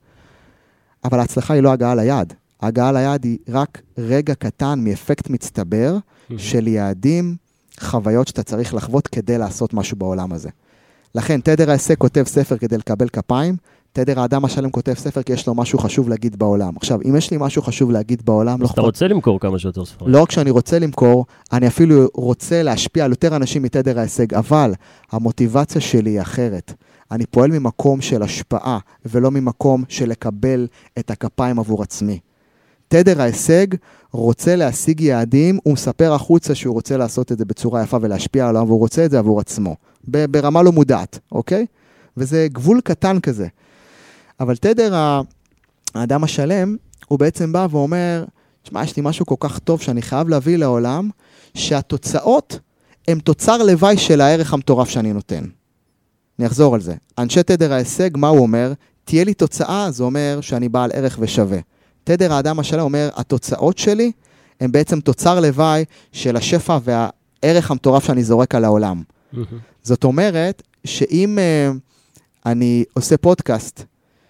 אבל ההצלחה היא לא הגעה ליעד. ההגעה ליעד היא רק רגע קטן מאפקט מצטבר של יעדים, חוויות שאתה צריך לחוות כדי לעשות משהו בעולם הזה. לכן, תדר ההישג כותב ספר כדי לקבל כפיים, תדר האדם השלם כותב ספר כי יש לו משהו חשוב להגיד בעולם. עכשיו, אם יש לי משהו חשוב להגיד בעולם, אז אתה רוצה למכור כמה שיותר ספרים. לא רק שאני רוצה למכור, אני אפילו רוצה להשפיע על יותר אנשים מתדר ההישג, אבל המוטיבציה שלי היא אחרת. אני פועל ממקום של השפעה, ולא ממקום של לקבל את הכפיים עבור עצמי. תדר ההישג רוצה להשיג יעדים, הוא מספר החוצה שהוא רוצה לעשות את זה בצורה יפה ולהשפיע עליו, והוא רוצה את זה עבור עצמו, ברמה לא מודעת, אוקיי? וזה גבול קטן כזה. אבל תדר האדם השלם, הוא בעצם בא ואומר, תשמע, יש לי משהו כל כך טוב שאני חייב להביא לעולם, שהתוצאות הן תוצר לוואי של הערך המטורף שאני נותן. אני אחזור על זה. אנשי תדר ההישג, מה הוא אומר? תהיה לי תוצאה, זה אומר שאני בעל ערך ושווה. תדר האדם השלם אומר, התוצאות שלי הן בעצם תוצר לוואי של השפע והערך המטורף שאני זורק על העולם. זאת אומרת, שאם אני עושה פודקאסט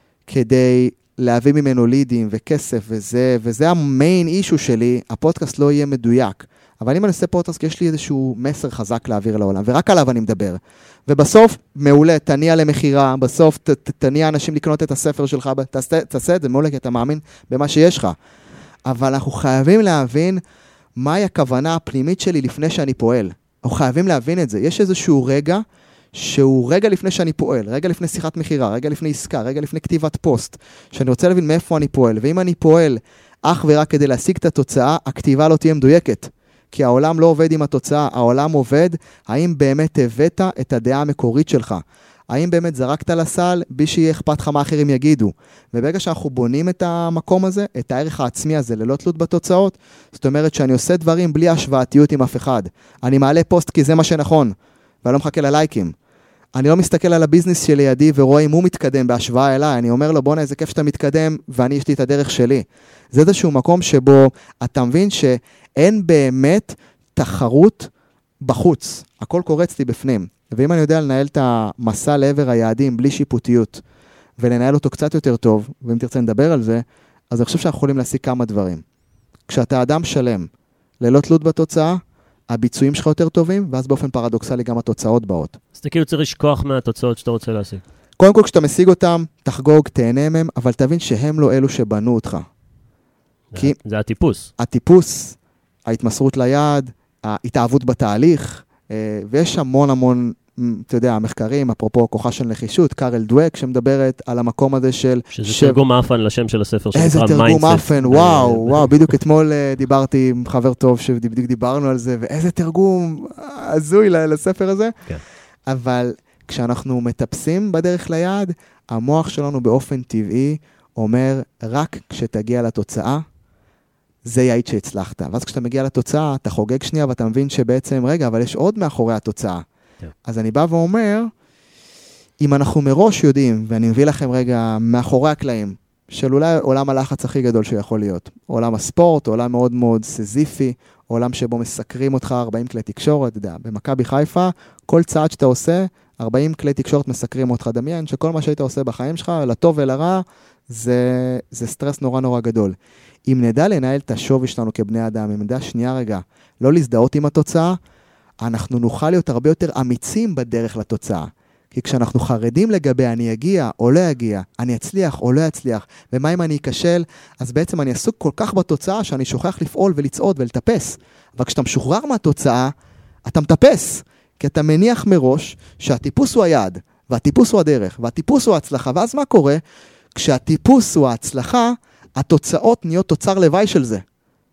כדי להביא ממנו לידים וכסף וזה המיין אישו שלי, הפודקאסט לא יהיה מדויק. אבל אם אני עושה פודקאסט, יש לי איזשהו מסר חזק להעביר לעולם, ורק עליו אני מדבר. ובסוף, מעולה, תניע למחירה, בסוף תניע אנשים לקנות את הספר שלך, תעשה את זה, מעולה, כי אתה מאמין במה שיש לך. אבל אנחנו חייבים להבין מהי הכוונה הפנימית שלי לפני שאני פועל. אנחנו חייבים להבין את זה. יש איזשהו רגע, שהוא רגע לפני שאני פועל, רגע לפני שיחת מחירה, רגע לפני עסקה, רגע לפני כתיבת פוסט, שאני רוצה להבין מאיפה אני פועל. ואם אני פועל אך ורק כדי להשיג את התוצאה, הכתיבה לא תהיה מדויקת. כי העולם לא עובד עם התוצאה, העולם עובד, האם באמת הבאת את הדעה המקורית שלך? האם באמת זרקת לסל, בי שיהיה אכפת לך מה אחרים יגידו. וברגע שאנחנו בונים את המקום הזה, את הערך העצמי הזה, ללא תלות בתוצאות, זאת אומרת שאני עושה דברים בלי השוואתיות עם אף אחד. אני מעלה פוסט כי זה מה שנכון, ואני לא מחכה ללייקים. אני לא מסתכל על הביזנס שלי לידי ורואה אם הוא מתקדם בהשוואה אליי. אני אומר לו, בוא איזה כיף שאתה מתקדם, ואני יש לי את הדרך שלי. זה איזשהו מקום שבו אתה מבין שאין באמת תחרות בחוץ. הכל קורץ לי בפנים. ואם אני יודע לנהל את המסע לעבר היעדים בלי שיפוטיות, ולנהל אותו קצת יותר טוב, ואם תרצה נדבר על זה, אז אני חושב שאנחנו יכולים להשיג כמה דברים. כשאתה אדם שלם, ללא תלות בתוצאה, הביצועים שלך יותר טובים, ואז באופן פרדוקסלי גם התוצאות באות. אז אתה כאילו צריך לשכוח מהתוצאות שאתה רוצה להשיג. קודם כל, כשאתה משיג אותם, תחגוג, תהנה מהם, אבל תבין שהם לא אלו שבנו אותך. זה הטיפוס. הטיפוס, ההתמסרות ליעד, ההתאהבות בתהליך, ויש המון, אתה יודע, המחקרים, אפרופו כוחה של נחישות, קארל דווק, שמדברת על המקום הזה של... שזה תרגום מאפן לשם של הספר שנקרא מיינדסט. איזה תרגום מאפן, וואו, בדיוק אתמול דיברתי עם חבר טוב, שבדיוק דיברנו על זה, ואיזה תרגום הזוי לספר הזה. כן. אבל כשאנחנו מטפסים בדרך ליעד, המוח שלנו באופן טבעי אומר, רק כשתגיע לתוצאה, זה יעיד שהצלחת. ואז כשאתה מגיע לתוצאה, אתה חוגג שנייה ואתה מבין שבעצם, רגע, אבל יש עוד מאחורי התוצאה. Yeah. אז אני בא ואומר, אם אנחנו מראש יודעים, ואני מביא לכם רגע מאחורי הקלעים, של אולי עולם הלחץ הכי גדול שיכול להיות. עולם הספורט, עולם מאוד מאוד סזיפי, עולם שבו מסקרים אותך 40 כלי תקשורת, אתה יודע, במכבי חיפה, כל צעד שאתה עושה, 40 כלי תקשורת מסקרים אותך. דמיין שכל מה שהיית עושה בחיים שלך, לטוב ולרע, זה סטרס נורא גדול. אם נדע לנהל את השווי שלנו כבני אדם, אם נדע שנייה רגע, לא להזדהות עם התוצאה, אנחנו נוכל להיות הרבה יותר אמיצים בדרך לתוצאה. כי כשאנחנו חרדים לגבי אני אגיע או לא אגיע, אני אצליח או לא אצליח, ומה אם אני אכשל, אז בעצם אני עסוק כל כך בתוצאה שאני שוכח לפעול ולצעוד ולטפס. אבל כשאתה משוחרר מהתוצאה, אתה מטפס. כי אתה מניח מראש שהטיפוס הוא היעד, והטיפוס הוא הדרך, והטיפוס הוא ההצלחה. ואז מה קורה? כשהטיפוס הוא ההצלחה, התוצאות נהיות תוצר לוואי של זה.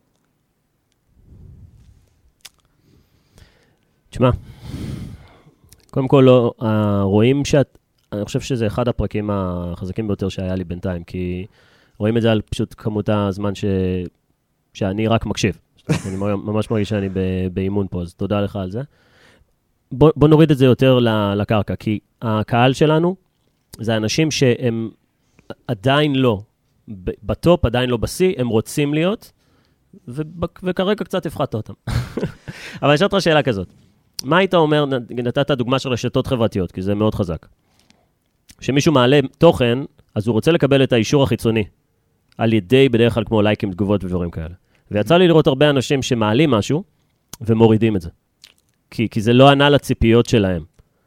תשמע, קודם כל רואים אני חושב שזה אחד הפרקים החזקים ביותר שהיה לי בינתיים, כי רואים את זה על פשוט כמות הזמן שאני רק מקשיב. אני ממש מרגיש שאני באימון פה, אז תודה לך על זה. בוא נוריד את זה יותר לקרקע, כי הקהל שלנו זה אנשים שהם עדיין לא בטופ, עדיין לא בסי, הם רוצים להיות, וכרגע קצת הפחדת אותם. אבל יש אותך שאלה כזאת. מה היית אומר, נתת דוגמה של רשתות חברתיות, כי זה מאוד חזק. שמישהו מעלה תוכן, אז הוא רוצה לקבל את האישור החיצוני, על ידי בדרך כלל כמו לייקים, תגובות ודברים כאלה. ויצא לי לראות הרבה אנשים שמעלים משהו, ומורידים את זה. כי זה לא ענה לציפיות שלהם.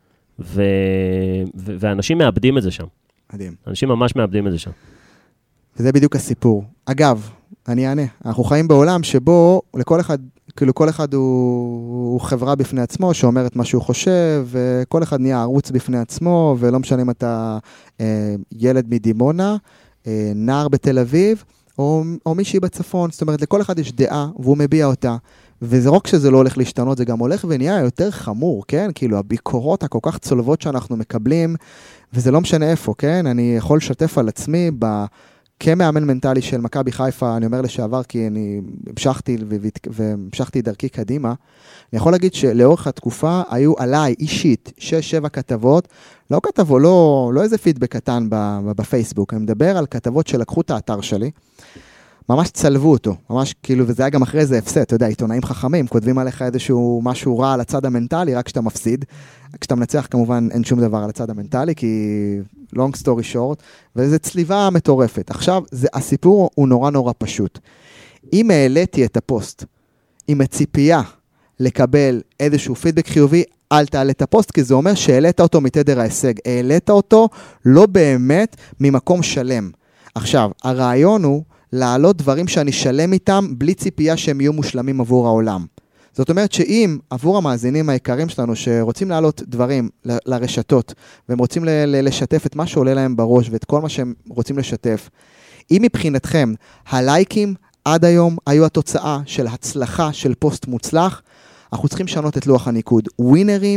ואנשים מאבדים את זה שם. מדהים. אנשים ממש מאבדים את זה שם. וזה בדיוק הסיפור. אגב, אני אענה. אנחנו חיים בעולם שבו כל אחד הוא חברה בפני עצמו, שאומרת מה שהוא חושב, וכל אחד נהיה ערוץ בפני עצמו, ולא משנה אם אתה ילד מדימונה, נער בתל אביב, או מישהי בצפון. זאת אומרת, לכל אחד יש דעה, והוא מביע אותה. וזה רק שזה לא הולך להשתנות, זה גם הולך ונהיה יותר חמור, כן? כאילו, הביקורות הכל כך צולבות שאנחנו מקבלים, וזה לא משנה איפה, כן? אני יכול לשתף על עצמי כמאמן מנטלי של מכבי חיפה, אני אומר לשעבר, כי אני המשכתי דרכי קדימה, אני יכול להגיד שלאורך התקופה היו עליי אישית 6-7 כתבות, לא איזה פידבק קטן בפייסבוק, אני מדבר על כתבות שלקחו את האתר שלי, ממש צלבו אותו, ממש כאילו, וזה היה גם אחרי זה הפסד, אתה יודע, עיתונאים חכמים, כותבים עליך איזשהו משהו רע על הצד המנטלי, רק כשאתה מפסיד, כשאתה מנצח כמובן אין שום דבר על הצד המנטלי, כי long story short, וזו צליבה מטורפת. עכשיו, הסיפור הוא נורא פשוט. אם העליתי את הפוסט, עם הציפייה לקבל איזשהו פידבק חיובי, אל תעלה את הפוסט, כי זה אומר שהעלית אותו מתדר ההישג, העלית אותו לא באמת ממקום שלם. עכשיו, הרעיון הוא להעלות דברים שאני שלם איתם, בלי ציפייה שהם יהיו מושלמים עבור העולם. זאת אומרת שאם עבור המאזינים העיקרים שלנו, שרוצים להעלות דברים לרשתות, והם רוצים לשתף את מה שעולה להם בראש, ואת כל מה שהם רוצים לשתף, אם מבחינתכם הלייקים עד היום היו התוצאה של הצלחה של פוסט מוצלח, אנחנו צריכים לשנות את לוח הניקוד. ווינרים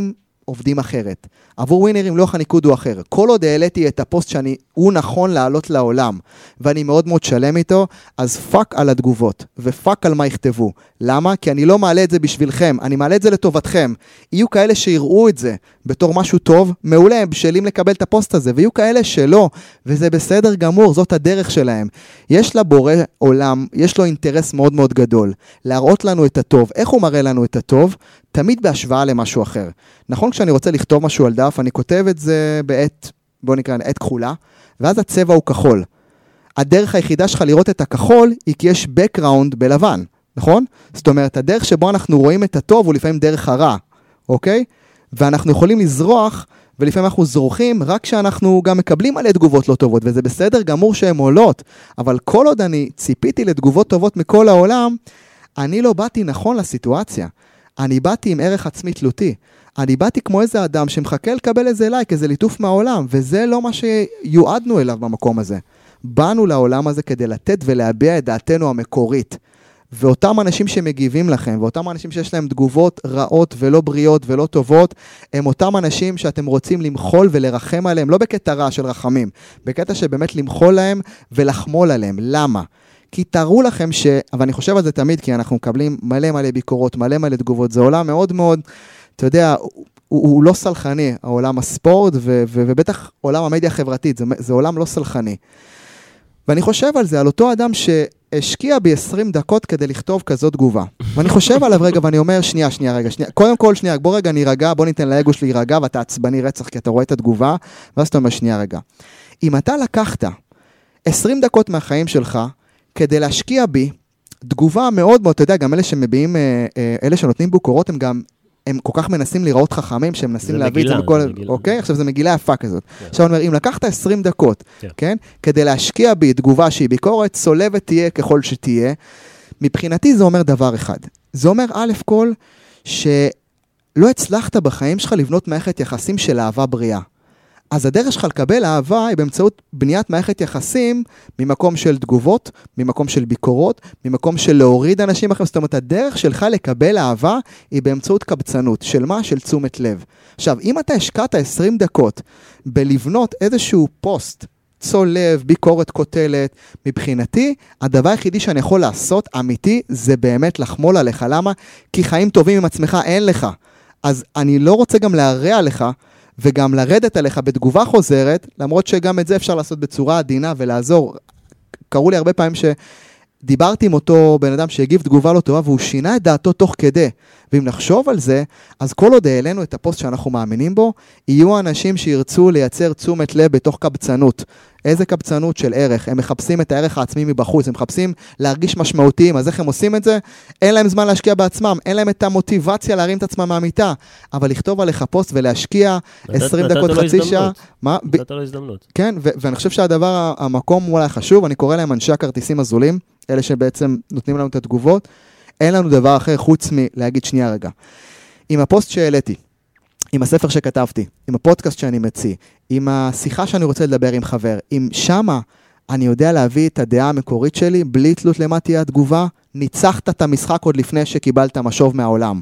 עובדים אחרת. עבור ווינרים לוח הניקוד הוא אחר. כל עוד העליתי את הפוסט הוא נכון לעלות לעולם, ואני מאוד מאוד שלם איתו, אז פאק על התגובות, ופאק על מה יכתבו. למה? כי אני לא מעלה את זה בשבילכם, אני מעלה את זה לטובתכם. יהיו כאלה שיראו את זה בתור משהו טוב, מעולה, הם בשלים לקבל את הפוסט הזה, ויהיו כאלה שלא, וזה בסדר גמור, זאת הדרך שלהם. יש לבורא עולם, יש לו אינטרס מאוד מאוד גדול, להראות לנו את הטוב. איך הוא מראה לנו את הטוב? תמיד בהשוואה למשהו אחר. נכון, כשאני רוצה לכתוב משהו על דף, אני כותב את זה בעת, בוא נקרא, עת כחולה, ואז הצבע הוא כחול. הדרך היחידה שלך לראות את הכחול, היא כי יש background בלבן, נכון? זאת אומרת, הדרך שבו אנחנו רואים את הטוב, הוא לפעמים דרך הרע, אוקיי? ואנחנו יכולים לזרוח, ולפעמים אנחנו זורחים, רק כשאנחנו גם מקבלים עלי תגובות לא טובות, וזה בסדר גמור שהן עולות, אבל כל עוד אני ציפיתי לתגובות טובות מכל העולם, אני לא באתי נכון לסיטואציה. אני באתי עם ערך עצמי תלותי. אני באתי כמו איזה אדם שמחכה לקבל איזה לייק, איזה ליטוף מהעולם, וזה לא מה שיועדנו אליו במקום הזה. באנו לעולם הזה כדי לתת ולהביע את דעתנו המקורית. ואותם אנשים שמגיבים לכם, ואותם אנשים שיש להם תגובות רעות ולא בריאות ולא טובות, הם אותם אנשים שאתם רוצים למחול ולרחם עליהם, לא בקטע רע של רחמים, בקטע שבאמת למחול להם ולחמול עליהם. למה? כי תראו לכם אבל אני חושב על זה תמיד, כי אנחנו מקבלים מלא מלא ביקורות, מלא מלא תגובות, זה עולם מאוד מאוד, אתה יודע, הוא לא סלחני, העולם הספורט, ובטח עולם המדיה החברתית, זה עולם לא סלחני. ואני חושב על זה, על אותו אדם שהשקיע ב-20 דקות כדי לכתוב כזאת תגובה. ואני חושב עליו רגע, ואני אומר, שנייה, קודם כל, בוא רגע נירגע, בוא ניתן לאגו שלי רגע, ואתה עצבני רצח, כי אתה רואה את התגובה, ואז אתה אומר, שנייה רגע. אם אתה לקחת 20 דקות מהחיים שלך, כדי להשקיע בי, תגובה מאוד מאוד, אתה יודע, גם אלה שמביעים, אלה שנותנים ביקורות, הם כל כך מנסים לראות חכמים, שהם מנסים להביא את זה בכל... אוקיי? עכשיו, זו מגילה יפה כזאת. עכשיו, אני אומר, אם לקחת 20 דקות, כן? כדי להשקיע בי תגובה שהיא ביקורת, סולבת תהיה ככל שתהיה, מבחינתי זה אומר דבר אחד. זה אומר, א' כל, שלא הצלחת בחיים שלך לבנות מערכת יחסים של אהבה בריאה. אז הדרך שלך לקבל אהבה היא באמצעות בניית מערכת יחסים ממקום של תגובות, ממקום של ביקורות, ממקום של להוריד אנשים אחרים. זאת אומרת, הדרך שלך לקבל אהבה היא באמצעות קבצנות. של מה? של תשומת לב. עכשיו, אם אתה השקעת 20 דקות בלבנות איזשהו פוסט, צולב, ביקורת כותלת, מבחינתי, הדבר היחידי שאני יכול לעשות, אמיתי, זה באמת לחמול עליך. למה? כי חיים טובים עם עצמך אין לך. אז אני לא רוצה גם להרע לך, וגם לרדת עליך בתגובה חוזרת, למרות שגם את זה אפשר לעשות בצורה עדינה ולעזור. קראו לי הרבה פעמים שדיברתי עם אותו בן אדם שהגיב תגובה לא טובה, והוא שינה את דעתו תוך כדי. ואם נחשוב על זה, אז כל עוד העלינו את הפוסט שאנחנו מאמינים בו, יהיו אנשים שירצו לייצר תשומת לב בתוך קבצנות. איזה קבצנות של ערך? הם מחפשים את הערך העצמי מבחוץ, הם מחפשים להרגיש משמעותיים, אז איך הם עושים את זה? אין להם זמן להשקיע בעצמם, אין להם את המוטיבציה להרים את עצמם מהמיטה, אבל לכתוב עליך פוסט ולהשקיע 20 דקות, חצי שעה. נתת לו הזדמנות. כן, ואני חושב שהדבר, המקום אולי חשוב, אני קורא להם אנשי הכרטיסים הזולים, אלה שבעצם נותנים לנו את התגובות, אין לנו דבר אחר חוץ מלהגיד שנייה רגע. עם הפוסט שהעליתי, עם הספר שכתבתי, עם הפודקאסט שאני מציא, עם השיחה שאני רוצה לדבר עם חבר, עם שמה אני יודע להביא את הדעה המקורית שלי, בלי תלות למה תהיה התגובה, ניצחת את המשחק עוד לפני שקיבלת משוב מהעולם.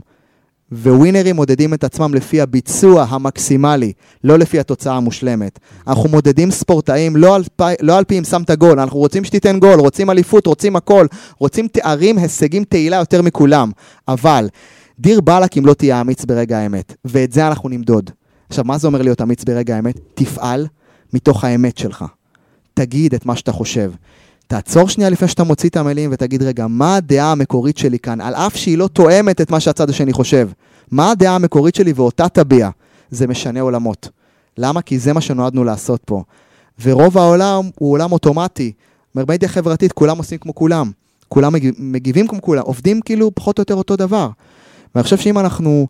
ווינרים מודדים את עצמם לפי הביצוע המקסימלי, לא לפי התוצאה המושלמת. אנחנו מודדים ספורטאים לא על פי אם שמת גול, אנחנו רוצים שתיתן גול, רוצים אליפות, רוצים הכל, רוצים תארים, הישגים, תהילה יותר מכולם. אבל דיר בלק אם לא תהיה אמיץ ברגע האמת, ואת זה אנחנו נמדוד. עכשיו, מה זה אומר להיות אמיץ ברגע האמת? תפעל מתוך האמת שלך. תגיד את מה שאתה חושב. תעצור שנייה לפני שאתה מוציא את המילים ותגיד, רגע, מה הדעה המקורית שלי כאן? על אף שהיא לא תואמת את מה שהצד השני חושב. מה הדעה המקורית שלי ואותה תביע? זה משנה עולמות. למה? כי זה מה שנועדנו לעשות פה. ורוב העולם הוא עולם אוטומטי. במדיה חברתית כולם עושים כמו כולם. כולם מגיבים כמו כולם. עובדים כאילו פחות או יותר אותו דבר. ואני חושב שאם אנחנו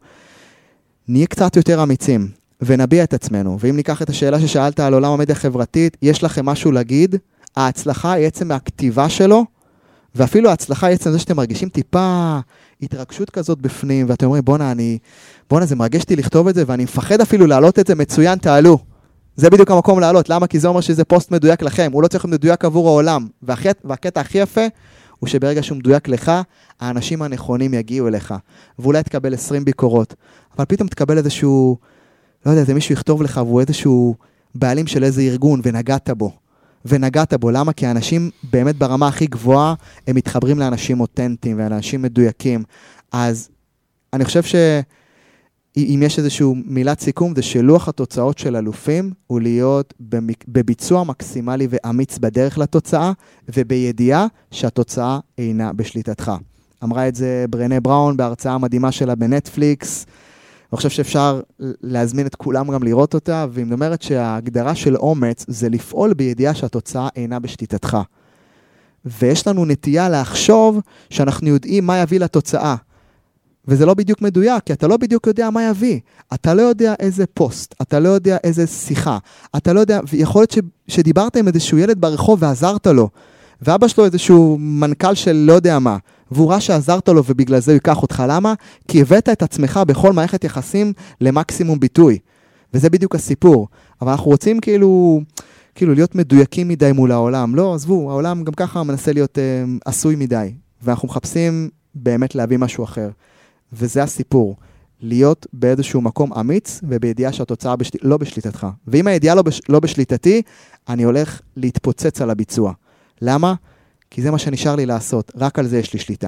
נהיה קצת יותר אמיצים ונביע את עצמנו, ואם ניקח את השאלה ששאלת על עולם המדיה החברתית, יש לכם משהו להגיד? ההצלחה היא עצם מהכתיבה שלו, ואפילו ההצלחה היא עצם זה שאתם מרגישים טיפה התרגשות כזאת בפנים, ואתם אומרים, בונה, זה מרגש לי לכתוב את זה, ואני מפחד אפילו להעלות את זה, מצוין, תעלו. זה בדיוק המקום לעלות. למה? כי זה אומר שזה פוסט מדויק לכם, הוא לא צריך להיות מדויק עבור העולם. והקטע הכי יפה הוא שברגע שהוא מדויק לך, האנשים הנכונים יגיעו אליך, ואולי תקבל 20 ביקורות, אבל פתאום תקבל איזשהו לא יודע, זה מישהו יכתוב לך, והוא איזשהו בעלים של איזה ארגון, ונגעת בו. למה? כי האנשים באמת ברמה הכי גבוהה, הם מתחברים לאנשים אותנטיים, ולאנשים מדויקים. אז אני חושב שאם יש איזשהו מילת סיכום, זה שלוח התוצאות של אלופים, הוא להיות בביצוע מקסימלי ואמיץ בדרך לתוצאה, ובידיעה שהתוצאה אינה בשליטתך. אמרה את זה ברנה בראון בהרצאה המדהימה שלה בנטפליקס. אני חושב שאפשר להזמין את כולם גם לראות אותה, והיא אומרת שההגדרה של אומץ זה לפעול בידיעה שהתוצאה אינה בשליטתך. ויש לנו נטייה לחשוב שאנחנו יודעים מה יביא לתוצאה. וזה לא בדיוק מדויק, כי אתה לא בדיוק יודע מה יביא. אתה לא יודע איזה פוסט, אתה לא יודע איזה שיחה, אתה לא יודע, ויכול להיות שדיברת עם איזשהו ילד ברחוב ועזרת לו, ואבא שלו איזשהו מנכ"ל של לא יודע מה, והוא ראה שעזרת לו ובגלל זה הוא ייקח אותך. למה? כי הבאת את עצמך בכל מערכת יחסים למקסימום ביטוי. וזה בדיוק הסיפור. אבל אנחנו רוצים כאילו להיות מדויקים מדי מול העולם. לא, עזבו, העולם גם ככה מנסה להיות עשוי מדי. ואנחנו מחפשים באמת להביא משהו אחר. וזה הסיפור. להיות באיזשהו מקום אמיץ, ובידיעה שהתוצאה לא בשליטתך. ואם הידיעה לא בשליטתי, אני הולך להתפוצץ על הביצוע. למה? כי זה מה שנשאר לי לעשות. רק על זה יש לי שליטה.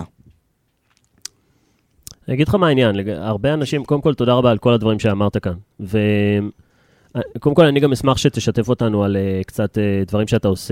אני אגיד לך מה העניין. הרבה אנשים, קודם כל תודה רבה על כל הדברים שאמרת כאן. וקודם כל אני גם אשמח שתשתף אותנו על קצת דברים שאתה עושה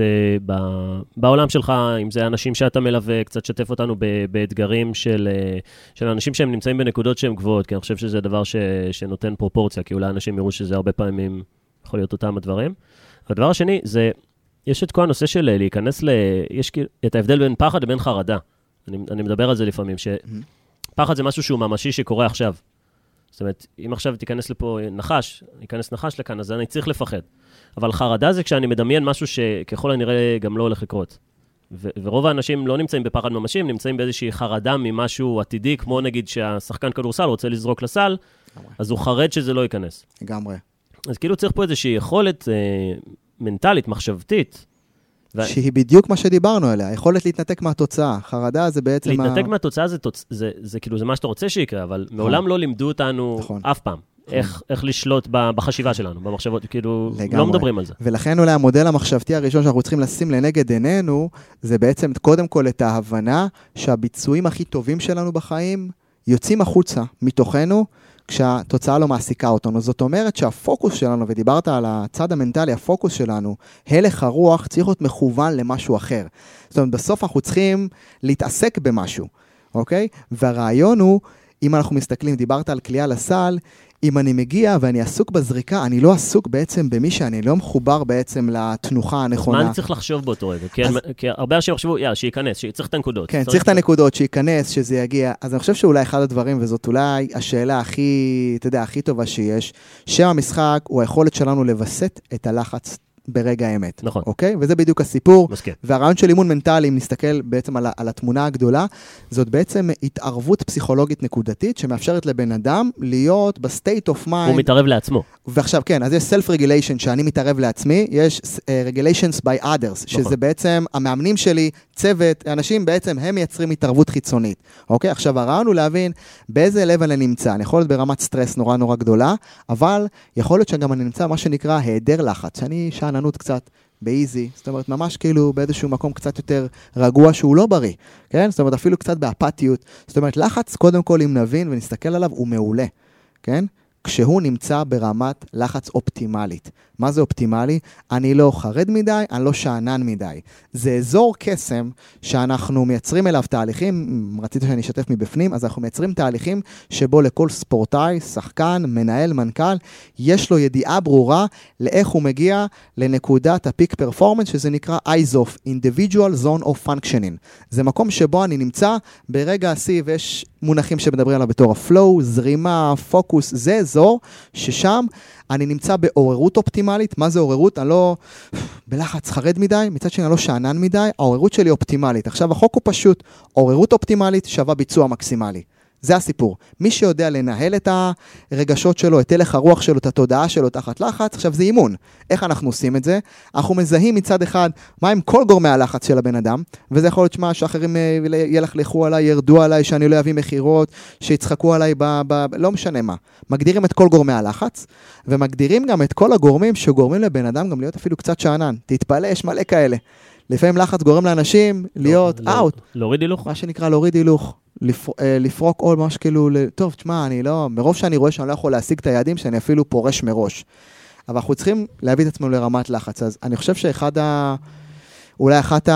בעולם שלך, אם זה אנשים שאתה מלווה, קצת שתף אותנו באתגרים של אנשים שהם נמצאים בנקודות שהן גבוהות, כי אני חושב שזה דבר שנותן פרופורציה, כי אולי אנשים יראו שזה הרבה פעמים יכול להיות אותם הדברים. הדבר השני זה, יש את כל הנושא של להיכנס יש את ההבדל בין פחד לבין חרדה. אני מדבר על זה לפעמים, שפחד זה משהו שהוא ממשי שקורה עכשיו. זאת אומרת, אם עכשיו תיכנס לפה ייכנס נחש לכאן, אז אני צריך לפחד. אבל חרדה זה כשאני מדמיין משהו שככל הנראה גם לא הולך לקרות. ורוב האנשים לא נמצאים בפחד ממשי, הם נמצאים באיזושהי חרדה ממשהו עתידי, כמו נגיד שהשחקן כדורסל רוצה לזרוק לסל, אז הוא חרד שזה לא ייכנס. לגמרי. אז כאילו צריך פה איזושהי יכולת מנטלית, מחשבתית. שהיא בדיוק מה שדיברנו עליה, יכולת להתנתק מהתוצאה. חרדה זה בעצם... להתנתק מהתוצאה זה כאילו, זה מה שאתה רוצה שיקרה, אבל מעולם לא לימדו אותנו אף פעם. איך לשלוט בחשיבה שלנו, במחשבות, כאילו, לא מדברים על זה. ולכן אולי המודל המחשבתי הראשון שאנחנו צריכים לשים לנגד עינינו, זה בעצם קודם כל את ההבנה שהביצועים הכי טובים שלנו בחיים יוצאים החוצה מתוכנו, כשהתוצאה לא מעסיקה אותנו. זאת אומרת שהפוקוס שלנו, ודיברת על הצד המנטלי, הפוקוס שלנו, הלך הרוח צריך להיות מכוון למשהו אחר. זאת אומרת, בסוף אנחנו צריכים להתעסק במשהו, אוקיי? והרעיון הוא, אם אנחנו מסתכלים, דיברת על קליעה לסל, אם אני מגיע ואני עסוק בזריקה, אני לא עסוק בעצם במי שאני לא מחובר בעצם לתנוחה הנכונה. אז מה אני צריך לחשוב באותו רגע? כי הרבה אנשים חשבו, שייכנס, שצריך את הנקודות. כן, צריך את הנקודות, שייכנס, שזה יגיע. אז אני חושב שאולי אחד הדברים, וזאת אולי השאלה הכי טובה שיש, שם המשחק הוא היכולת שלנו לבסט את הלחץ ברגע האמת. נכון. אוקיי? וזה בדיוק הסיפור. מסכים. והרעיון של אימון מנטלי, אם נסתכל בעצם על התמונה הגדולה, זאת בעצם התערבות פסיכולוגית נקודתית, שמאפשרת לבן אדם להיות בסטייט אוף מיינד. הוא מתערב לעצמו. ועכשיו כן, אז יש self-regulation שאני מתערב לעצמי, יש regulations by others, שזה בעצם המאמנים שלי, צוות, אנשים בעצם הם מייצרים התערבות חיצונית. אוקיי? עכשיו הרעיון הוא להבין באיזה level אני נמצא. אני יכול להיות ברמת סטרס נורא נורא גדולה, אבל יכול להיות שגם אני נמצא מה שנקרא היעדר לחץ, שאני שעננות קצת באיזי, זאת אומרת ממש כאילו באיזשהו מקום קצת יותר רגוע שהוא לא בריא, כן? זאת אומרת אפילו קצת באפתיות, זאת אומרת לחץ קודם כל אם נבין ונסתכל עליו הוא מעולה, כן? כשהוא נמצא ברמת לחץ אופטימלית. מה זה אופטימלי? אני לא חרד מדי, אני לא שענן מדי. זה אזור קסם שאנחנו מייצרים אליו תהליכים, רצית שאני אשתף מבפנים, אז אנחנו מייצרים תהליכים שבו לכל ספורטאי, שחקן, מנהל, מנכ"ל, יש לו ידיעה ברורה לאיך הוא מגיע לנקודת הפיק פרפורמנס, שזה נקרא IZOF, Individual Zone of Functioning. זה מקום שבו אני נמצא ברגע השיא, ויש מונחים שמדברים עליו בתור הפלואו, זרימה, פוקוס, זה אזור ששם אני נמצא בעוררות אופטימלית. מה זה עוררות? אני לא בלחץ חרד מדי, מצד שני אני לא שענן מדי, העוררות שלי אופטימלית. עכשיו החוק הוא פשוט, עוררות אופטימלית שווה ביצוע מקסימלי. זה הסיפור. מי שיודע לנהל את הרגשות שלו, את הלך הרוח שלו, את התודעה שלו תחת לחץ, עכשיו זה אימון. איך אנחנו עושים את זה? אנחנו מזהים מצד אחד מה הם כל גורמי הלחץ של הבן אדם, וזה יכול להיות שמה שאחרים ילכלכו עליי, ירדו עליי, שאני לא אביא מחירות, שיצחקו עליי, לא משנה מה. מגדירים את כל גורמי הלחץ, ומגדירים גם את כל הגורמים שגורמים לבן אדם גם להיות אפילו קצת שענן. תתפלא, יש מלא כאלה. לפעמים לחץ גורם לאנשים להיות אאוט. להוריד הילוך? מה שנקרא להוריד הילוך. לפרוק עול ממש כאילו, טוב, תשמע, אני לא, מרוב שאני רואה שאני לא יכול להשיג את היעדים, שאני אפילו פורש מראש. אבל אנחנו צריכים להביא את עצמנו לרמת לחץ. אז אני חושב אולי אחת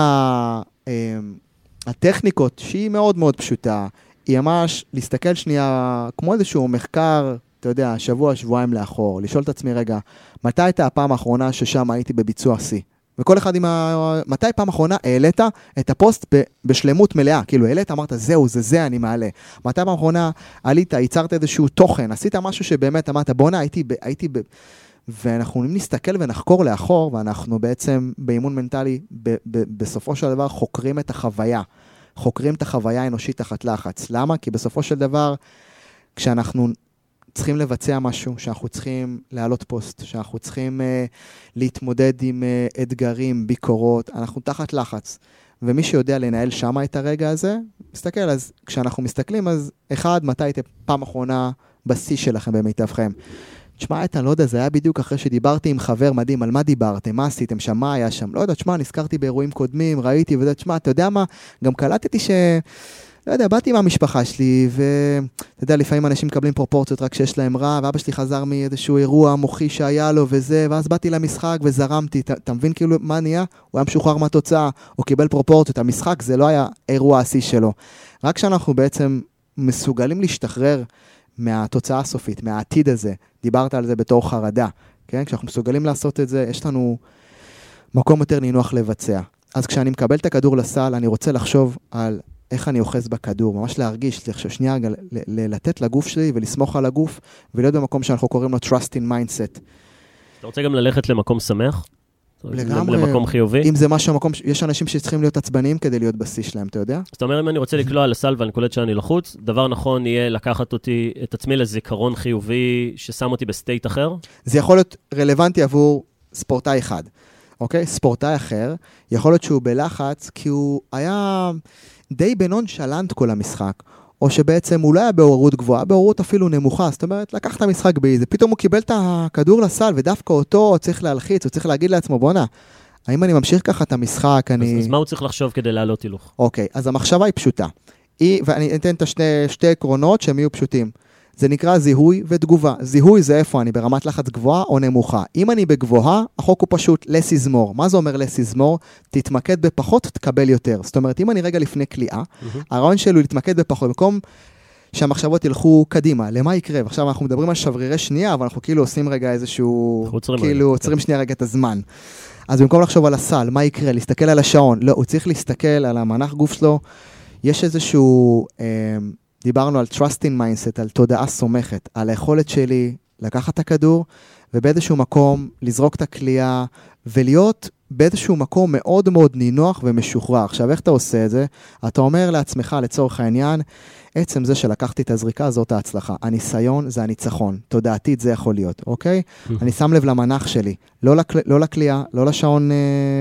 הטכניקות, שהיא מאוד מאוד פשוטה, היא ממש להסתכל שנייה, כמו איזשהו מחקר, אתה יודע, שבוע, שבועיים לאחור, לשאול את עצמי רגע, מתי הייתה הפעם האחרונה ששם הייתי בביצוע C? וכל אחד מתי פעם אחרונה העלית את הפוסט בשלמות מלאה, כאילו העלית, אמרת, זהו, זה אני מעלה. מתי פעם אחרונה עלית, ייצרת איזשהו תוכן, עשית משהו שבאמת אמרת, בונה, הייתי ואנחנו נסתכל ונחקור לאחור, ואנחנו בעצם באימון מנטלי, בסופו של דבר חוקרים את החוויה, חוקרים את החוויה האנושית תחת לחץ. למה? כי בסופו של דבר, כשאנחנו צריכים לבצע משהו, שאנחנו צריכים להעלות פוסט, שאנחנו צריכים להתמודד עם אתגרים, ביקורות, אנחנו תחת לחץ. ומי שיודע לנהל שמה את הרגע הזה, מסתכל, אז כשאנחנו מסתכלים, אז אחד, מתי הייתם פעם אחרונה בשיא שלכם במיטבכם? תשמע, אתה לא יודע, זה היה בדיוק אחרי שדיברתי עם חבר מדהים, על מה דיברתם, מה עשיתם שם, מה היה שם? לא יודע, תשמע, נזכרתי באירועים קודמים, ראיתי וזה, תשמע, אתה יודע מה? גם קלטתי לא יודע, באתי עם המשפחה שלי, ואתה יודע, לפעמים אנשים מקבלים פרופורציות רק שיש להם רע, ואבא שלי חזר מאיזשהו אירוע מוחי שהיה לו וזה, ואז באתי למשחק וזרמתי, אתה מבין כאילו מה נהיה? הוא היה משוחרר מהתוצאה, הוא קיבל פרופורציות, המשחק זה לא היה אירוע השיא שלו. רק כשאנחנו בעצם מסוגלים להשתחרר מהתוצאה הסופית, מהעתיד הזה, דיברת על זה בתור חרדה, כן? כשאנחנו מסוגלים לעשות את זה, יש לנו מקום יותר נינוח לבצע. אז כשאני מקבל את הכדור לסל, אני רוצה לחשוב על איך אני אוחז בכדור, ממש להרגיש, שנייה, לתת לגוף שלי ולסמוך על הגוף, ולהיות במקום שאנחנו קוראים לו trust in mindset. אתה רוצה גם ללכת למקום שמח? לגמרי. למקום חיובי? אם זה משהו, יש אנשים שצריכים להיות עצבניים כדי להיות בשיא שלהם, אתה יודע? זאת אומרת, אם אני רוצה לקלוע לסל ואני קולט שאני לחוץ, דבר נכון יהיה לקחת את עצמי לזיכרון חיובי ששם אותי בסטייט אחר? זה יכול להיות רלוונטי עבור ספורטאי אחד, אוקיי? ספורטאי אחר, יכול להיות שהוא בלחץ, כי הוא היה די בנונשלנט כל המשחק, או שבעצם הוא לא היה בעוררות גבוהה, בעוררות אפילו נמוכה, זאת אומרת, לקח את המשחק באיזה, פתאום הוא קיבל את הכדור לסל, ודווקא אותו צריך להלחיץ, הוא צריך להגיד לעצמו, בונה, האם אני ממשיך ככה את המשחק, אז מה הוא צריך לחשוב כדי לעלות הילוך? אוקיי, אז המחשבה היא פשוטה, ואני אתן את שתי עקרונות שהם יהיו פשוטים, זה נקרא זיהוי ותגובה. זיהוי זה איפה אני, ברמת לחץ גבוהה או נמוכה. אם אני בגבוהה, החוק הוא פשוט less is more. מה זה אומר less is more? תתמקד בפחות, תקבל יותר. זאת אומרת, אם אני רגע לפני קליעה, הרעיון שלו הוא להתמקד בפחות, במקום שהמחשבות ילכו קדימה. למה יקרה? ועכשיו אנחנו מדברים על שברירי שנייה, אבל אנחנו כאילו עושים רגע איזשהו, כאילו עוצרים שנייה רגע את הזמן. אז במקום לחשוב על הסל, מה יקרה? להסתכל על השעון. לא, הוא צריך להסתכל על המנח גוף שלו. יש איזשהו דיברנו על trust in mindset, על תודעה סומכת, על היכולת שלי לקחת את הכדור, ובאיזשהו מקום לזרוק את הקליעה, ולהיות באיזשהו מקום מאוד מאוד נינוח ומשוחרר. עכשיו, איך אתה עושה את זה? אתה אומר לעצמך, לצורך העניין, עצם זה שלקחתי את הזריקה, זאת ההצלחה. הניסיון זה הניצחון. תודעתית זה יכול להיות, אוקיי? אני שם לב למנח שלי, לא לקליעה, לא לשעון,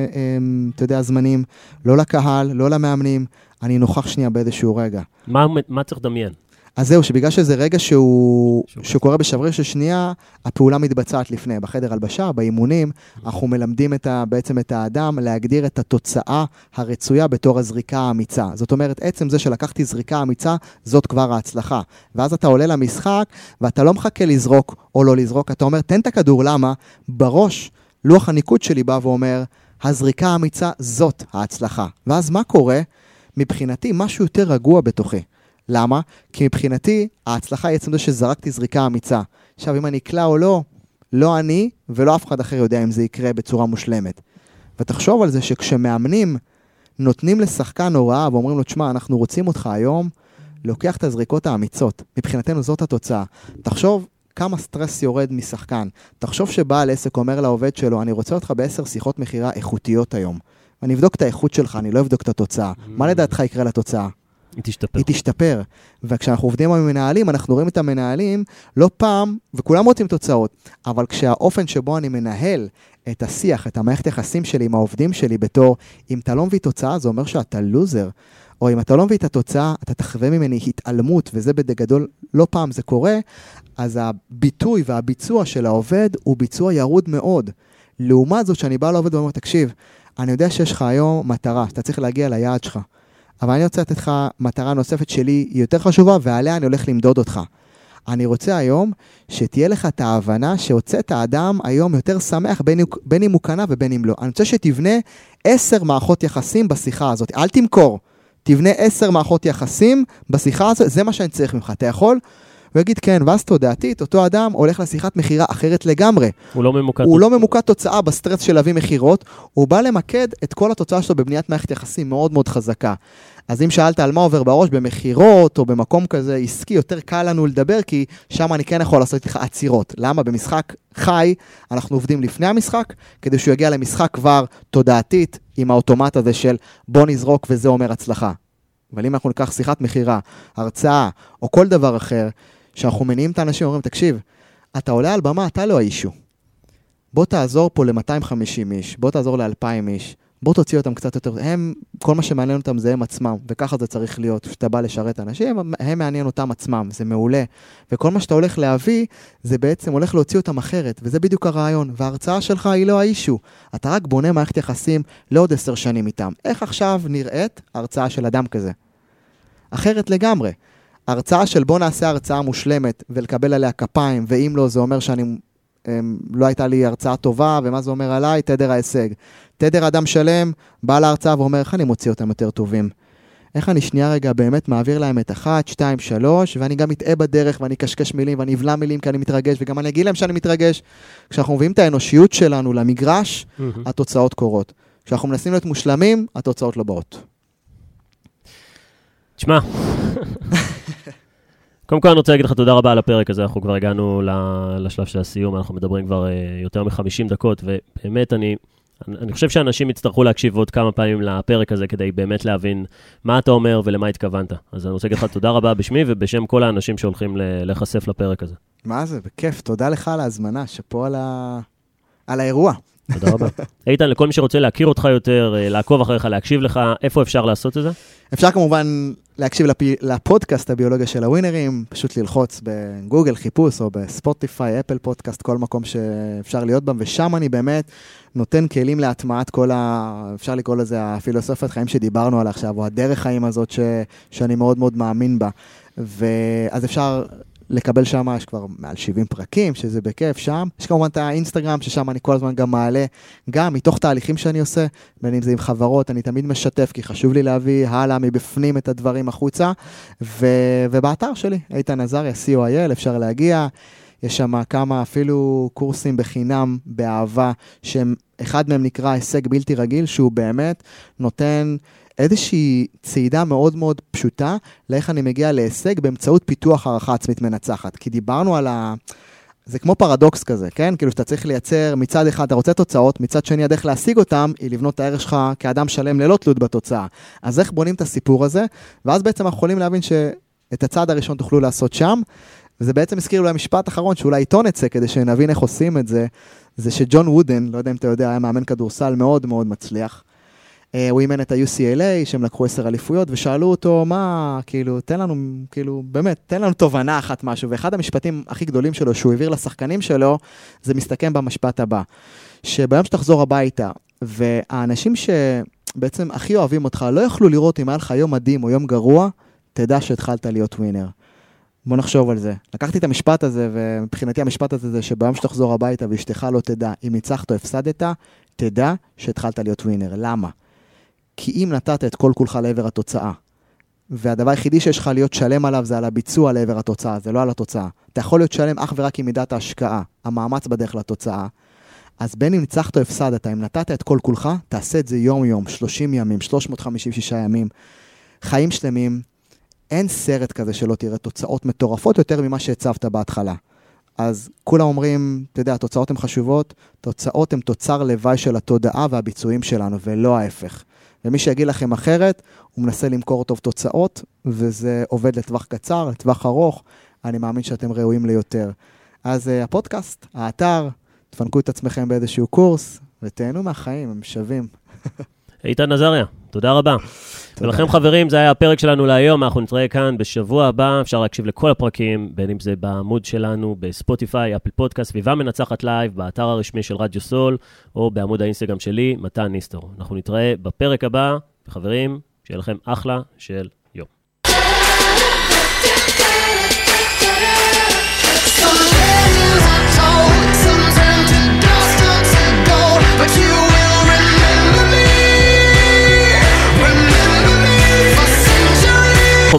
אתה יודע, הזמנים, לא לקהל, לא למאמנים, אני נוכח שנייה באיזשהו רגע. מה צריך לדמיין? אז זהו, שבגלל שזה רגע שהוא קורה בשבריר של שנייה, הפעולה מתבצעת לפני, בחדר הלבשה, באימונים, אנחנו מלמדים בעצם את האדם להגדיר את התוצאה הרצויה בתור הזריקה האמיצה. זאת אומרת, עצם זה שלקחתי זריקה אמיצה, זאת כבר ההצלחה. ואז אתה עולה למשחק, ואתה לא מחכה לזרוק או לא לזרוק, אתה אומר, תן את הכדור, למה? בראש, לוח הניקוד שלי בא ואומר, הזריקה האמיצה זאת ההצלחה. ואז מה קורה? מבחינתי, משהו יותר רגוע בתוכי. למה? כי מבחינתי, ההצלחה היא עצם זה שזרקתי זריקה אמיצה. עכשיו, אם אני אקלע או לא, לא אני ולא אף אחד אחר יודע אם זה יקרה בצורה מושלמת. ותחשוב על זה שכשמאמנים נותנים לשחקן הוראה ואומרים לו, תשמע, אנחנו רוצים אותך היום, לוקח את הזריקות האמיצות. מבחינתנו זאת התוצאה. תחשוב כמה סטרס יורד משחקן. תחשוב שבעל עסק אומר לעובד שלו, אני רוצה אותך ב10 שיחות מחירה איכותיות היום. אני אבדוק את האיכות שלך, אני לא אבדוק את התוצאה. מה לדעתך יקרה לתוצאה? היא תשתפר. וכשאנחנו עובדים עם המנהלים, אנחנו רואים את המנהלים לא פעם, וכולם רוצים תוצאות, אבל כשהאופן שבו אני מנהל את השיח, את המערכת יחסים שלי עם העובדים שלי בתור, אם אתה לא מביא תוצאה, זה אומר שאתה לוזר, או אם אתה לא מביא את התוצאה, אתה תחווה ממני התעלמות, וזה בגדול לא פעם זה קורה, אז הביטוי והביצוע של העובד הוא ביצוע ירוד מאוד. לעומת זאת שאני בא לעובד ואומר, תקשיב, אני יודע שיש לך היום מטרה, שאתה צריך להגיע ליעד שלך, אבל אני רוצה לתת לך מטרה נוספת שלי, היא יותר חשובה, ועליה אני הולך למדוד אותך. אני רוצה היום שתהיה לך את ההבנה שהוצאת האדם היום יותר שמח בין אם הוא קנה ובין אם לא. אני רוצה שתבנה 10 מערכות יחסים בשיחה הזאת. אל תמכור, תבנה 10 מערכות יחסים בשיחה הזאת, זה מה שאני צריך ממך. אתה יכול? הוא יגיד כן, ואז תודעתית, אותו אדם הולך לשיחת מחירה אחרת לגמרי. הוא לא ממוקד תוצאה בסטרס של להביא מחירות, הוא בא למקד את כל התוצאה שלו בבניית מערכת יחסים מאוד מאוד חזקה. אז אם שאלת על מה עובר בראש, במחירות או במקום כזה עסקי, יותר קל לנו לדבר, כי שם אני כן יכול לעשות איתך עצירות. למה? במשחק חי, אנחנו עובדים לפני המשחק, כדי שהוא יגיע למשחק כבר תודעתית, עם האוטומט הזה של בוא נזרוק וזה אומר הצלחה. אבל אם אנחנו ניקח שיחת מחירה, הרצאה או כל דבר אחר, שאנחנו מניעים את האנשים ואומרים, תקשיב, אתה עולה על במה, אתה לא האישו. בוא תעזור פה ל-250 איש, בוא תעזור ל-2,000 איש, בוא תוציא אותם קצת יותר. כל מה שמעניין אותם זה הם עצמם, וככה זה צריך להיות. כשאתה בא לשרת אנשים, הם מעניין אותם עצמם, זה מעולה. וכל מה שאתה הולך להביא, זה בעצם הולך להוציא אותם אחרת, וזה בדיוק הרעיון. וההרצאה שלך היא לא האישו. אתה רק בונה מערכת יחסים לעוד 10 שנים איתם. איך עכשיו נראית הרצאה של אדם כזה? אחרת לגמרי. הרצאה של בוא נעשה הרצאה מושלמת ולקבל עליה כפיים, ואם לא, זה אומר שאני לא הייתה לי הרצאה טובה, ומה זה אומר עליי? תדר ההישג. תדר אדם שלם, בא להרצאה ואומר, איך אני מוציא אותם יותר טובים? איך אני שנייה רגע באמת מעביר להם את 1, 2, 3, ואני גם מתאה בדרך, ואני קשקש מילים, ואני אבלע מילים כי אני מתרגש, וגם אני אגיד להם שאני מתרגש. כשאנחנו מביאים את האנושיות שלנו למגרש, התוצאות קורות. כשאנחנו מנסים להיות מושלמים, התוצאות לא באות. תשמע, קודם כל אני רוצה להגיד לך תודה רבה על הפרק הזה, אנחנו כבר הגענו לשלב של הסיום, אנחנו מדברים כבר יותר מ-50 דקות, ובאמת אני חושב שאנשים יצטרכו להקשיב עוד כמה פעמים לפרק הזה, כדי באמת להבין מה אתה אומר ולמה התכוונת. אז אני רוצה להגיד לך תודה רבה בשמי, ובשם כל האנשים שהולכים לחשף לפרק הזה. מה זה? בכיף, תודה לך על ההזמנה, שפה על האירוע. תודה רבה. איתן, לכל מי שרוצה להכיר אותך יותר, לעקוב אחריך, להקשיב לך, איפה אפשר לעשות את זה? אפשר כמובן להקשיב לפודקאסט הביולוגיה של הווינרים, פשוט ללחוץ בגוגל חיפוש או בספוטיפיי, אפל פודקאסט, כל מקום שאפשר להיות בם, ושם אני באמת נותן כלים להטמעת כל אפשר לקרוא לזה הפילוסופיית חיים שדיברנו עליה עכשיו, או הדרך חיים הזאת שאני מאוד מאוד מאמין בה. ואז אפשר לקבל שם, יש כבר מעל 70 פרקים, שזה בכיף שם. יש כמובן את האינסטגרם, ששם אני כל הזמן גם מעלה, גם מתוך תהליכים שאני עושה, בין אם זה עם חברות, אני תמיד משתף, כי חשוב לי להביא הלאה מבפנים את הדברים החוצה, ובאתר שלי, איתן עזריה, co.il, אפשר להגיע, יש שם כמה אפילו קורסים בחינם, באהבה, שאחד מהם נקרא הישג בלתי רגיל, שהוא באמת נותן איזושהי צעידה מאוד מאוד פשוטה, לאיך אני מגיע להישג באמצעות פיתוח הערכה עצמית מנצחת. כי דיברנו על זה כמו פרדוקס כזה, כן? כאילו שאתה צריך לייצר, מצד אחד אתה רוצה תוצאות, מצד שני הדרך להשיג אותם, היא לבנות את הערך שלך כאדם שלם ללא תלות בתוצאה. אז איך בונים את הסיפור הזה? ואז בעצם אנחנו יכולים להבין שאת הצעד הראשון תוכלו לעשות שם, וזה בעצם הזכיר לו המשפט האחרון, שאולי עיתון את זה, כדי שנבין איך עושים את זה, זה שג'ון וודן, לא יודע אם אתה יודע, היה מאמן כדורסל מאוד מאוד מצליח, הוא אימן את ה-UCLA, שהם לקחו 10 אליפויות, ושאלו אותו, מה, כאילו, תן לנו, כאילו, באמת, תן לנו תובנה אחת משהו, ואחד המשפטים הכי גדולים שלו, שהוא העביר לשחקנים שלו, זה מסתכם במשפט הבא, שביום שתחזור הביתה, והאנשים שבעצם הכי אוהבים אותך, לא יוכלו לראות אם היה לך יום מדהים או יום גרוע, תדע שהתחלת להיות ווינר. בוא נחשוב על זה. לקחתי את המשפט הזה, ומבחינתי המשפט הזה זה שביום שתחזור הביתה ואשתך לא תדע, אם ניצחת או הפסדת, תדע שהתחלת להיות ווינר. למה? כי אם נתת את כל כולך לעבר התוצאה, והדבר היחידי שיש לך להיות שלם עליו זה על הביצוע לעבר התוצאה, זה לא על התוצאה. אתה יכול להיות שלם אך ורק עם מידת ההשקעה, המאמץ בדרך לתוצאה. אז בין אם ניצחת או הפסדת, אם נתת את כל כולך, תעשה את זה יום-יום, 30 ימים, 356 ימים, חיים שלמים. אין סרט כזה שלא תראה תוצאות מטורפות יותר ממה שהצבת בהתחלה. אז כולם אומרים, אתה יודע, התוצאות הן חשובות, תוצאות הן תוצר לוואי של התודעה והביצועים שלנו, ולא ההפך. ומי שיגיד לכם אחרת, הוא מנסה למכור טוב תוצאות, וזה עובד לטווח קצר, לטווח ארוך, אני מאמין שאתם ראויים ליותר. אז הפודקאסט, האתר, תפנקו את עצמכם באיזשהו קורס, ותהנו מהחיים, הם שווים. איתן עזריה, תודה רבה. ולכם חברים, זה היה הפרק שלנו להיום, אנחנו נתראה כאן בשבוע הבא, אפשר להקשיב לכל הפרקים, בין אם זה בעמוד שלנו, בספוטיפיי, אפל פודקאסט, סביבה מנצחת לייב, באתר הרשמי של רדיו סול, או בעמוד האינסטגרם שלי, מתן ניסטור. אנחנו נתראה בפרק הבא, וחברים, שיהיה לכם אחלה של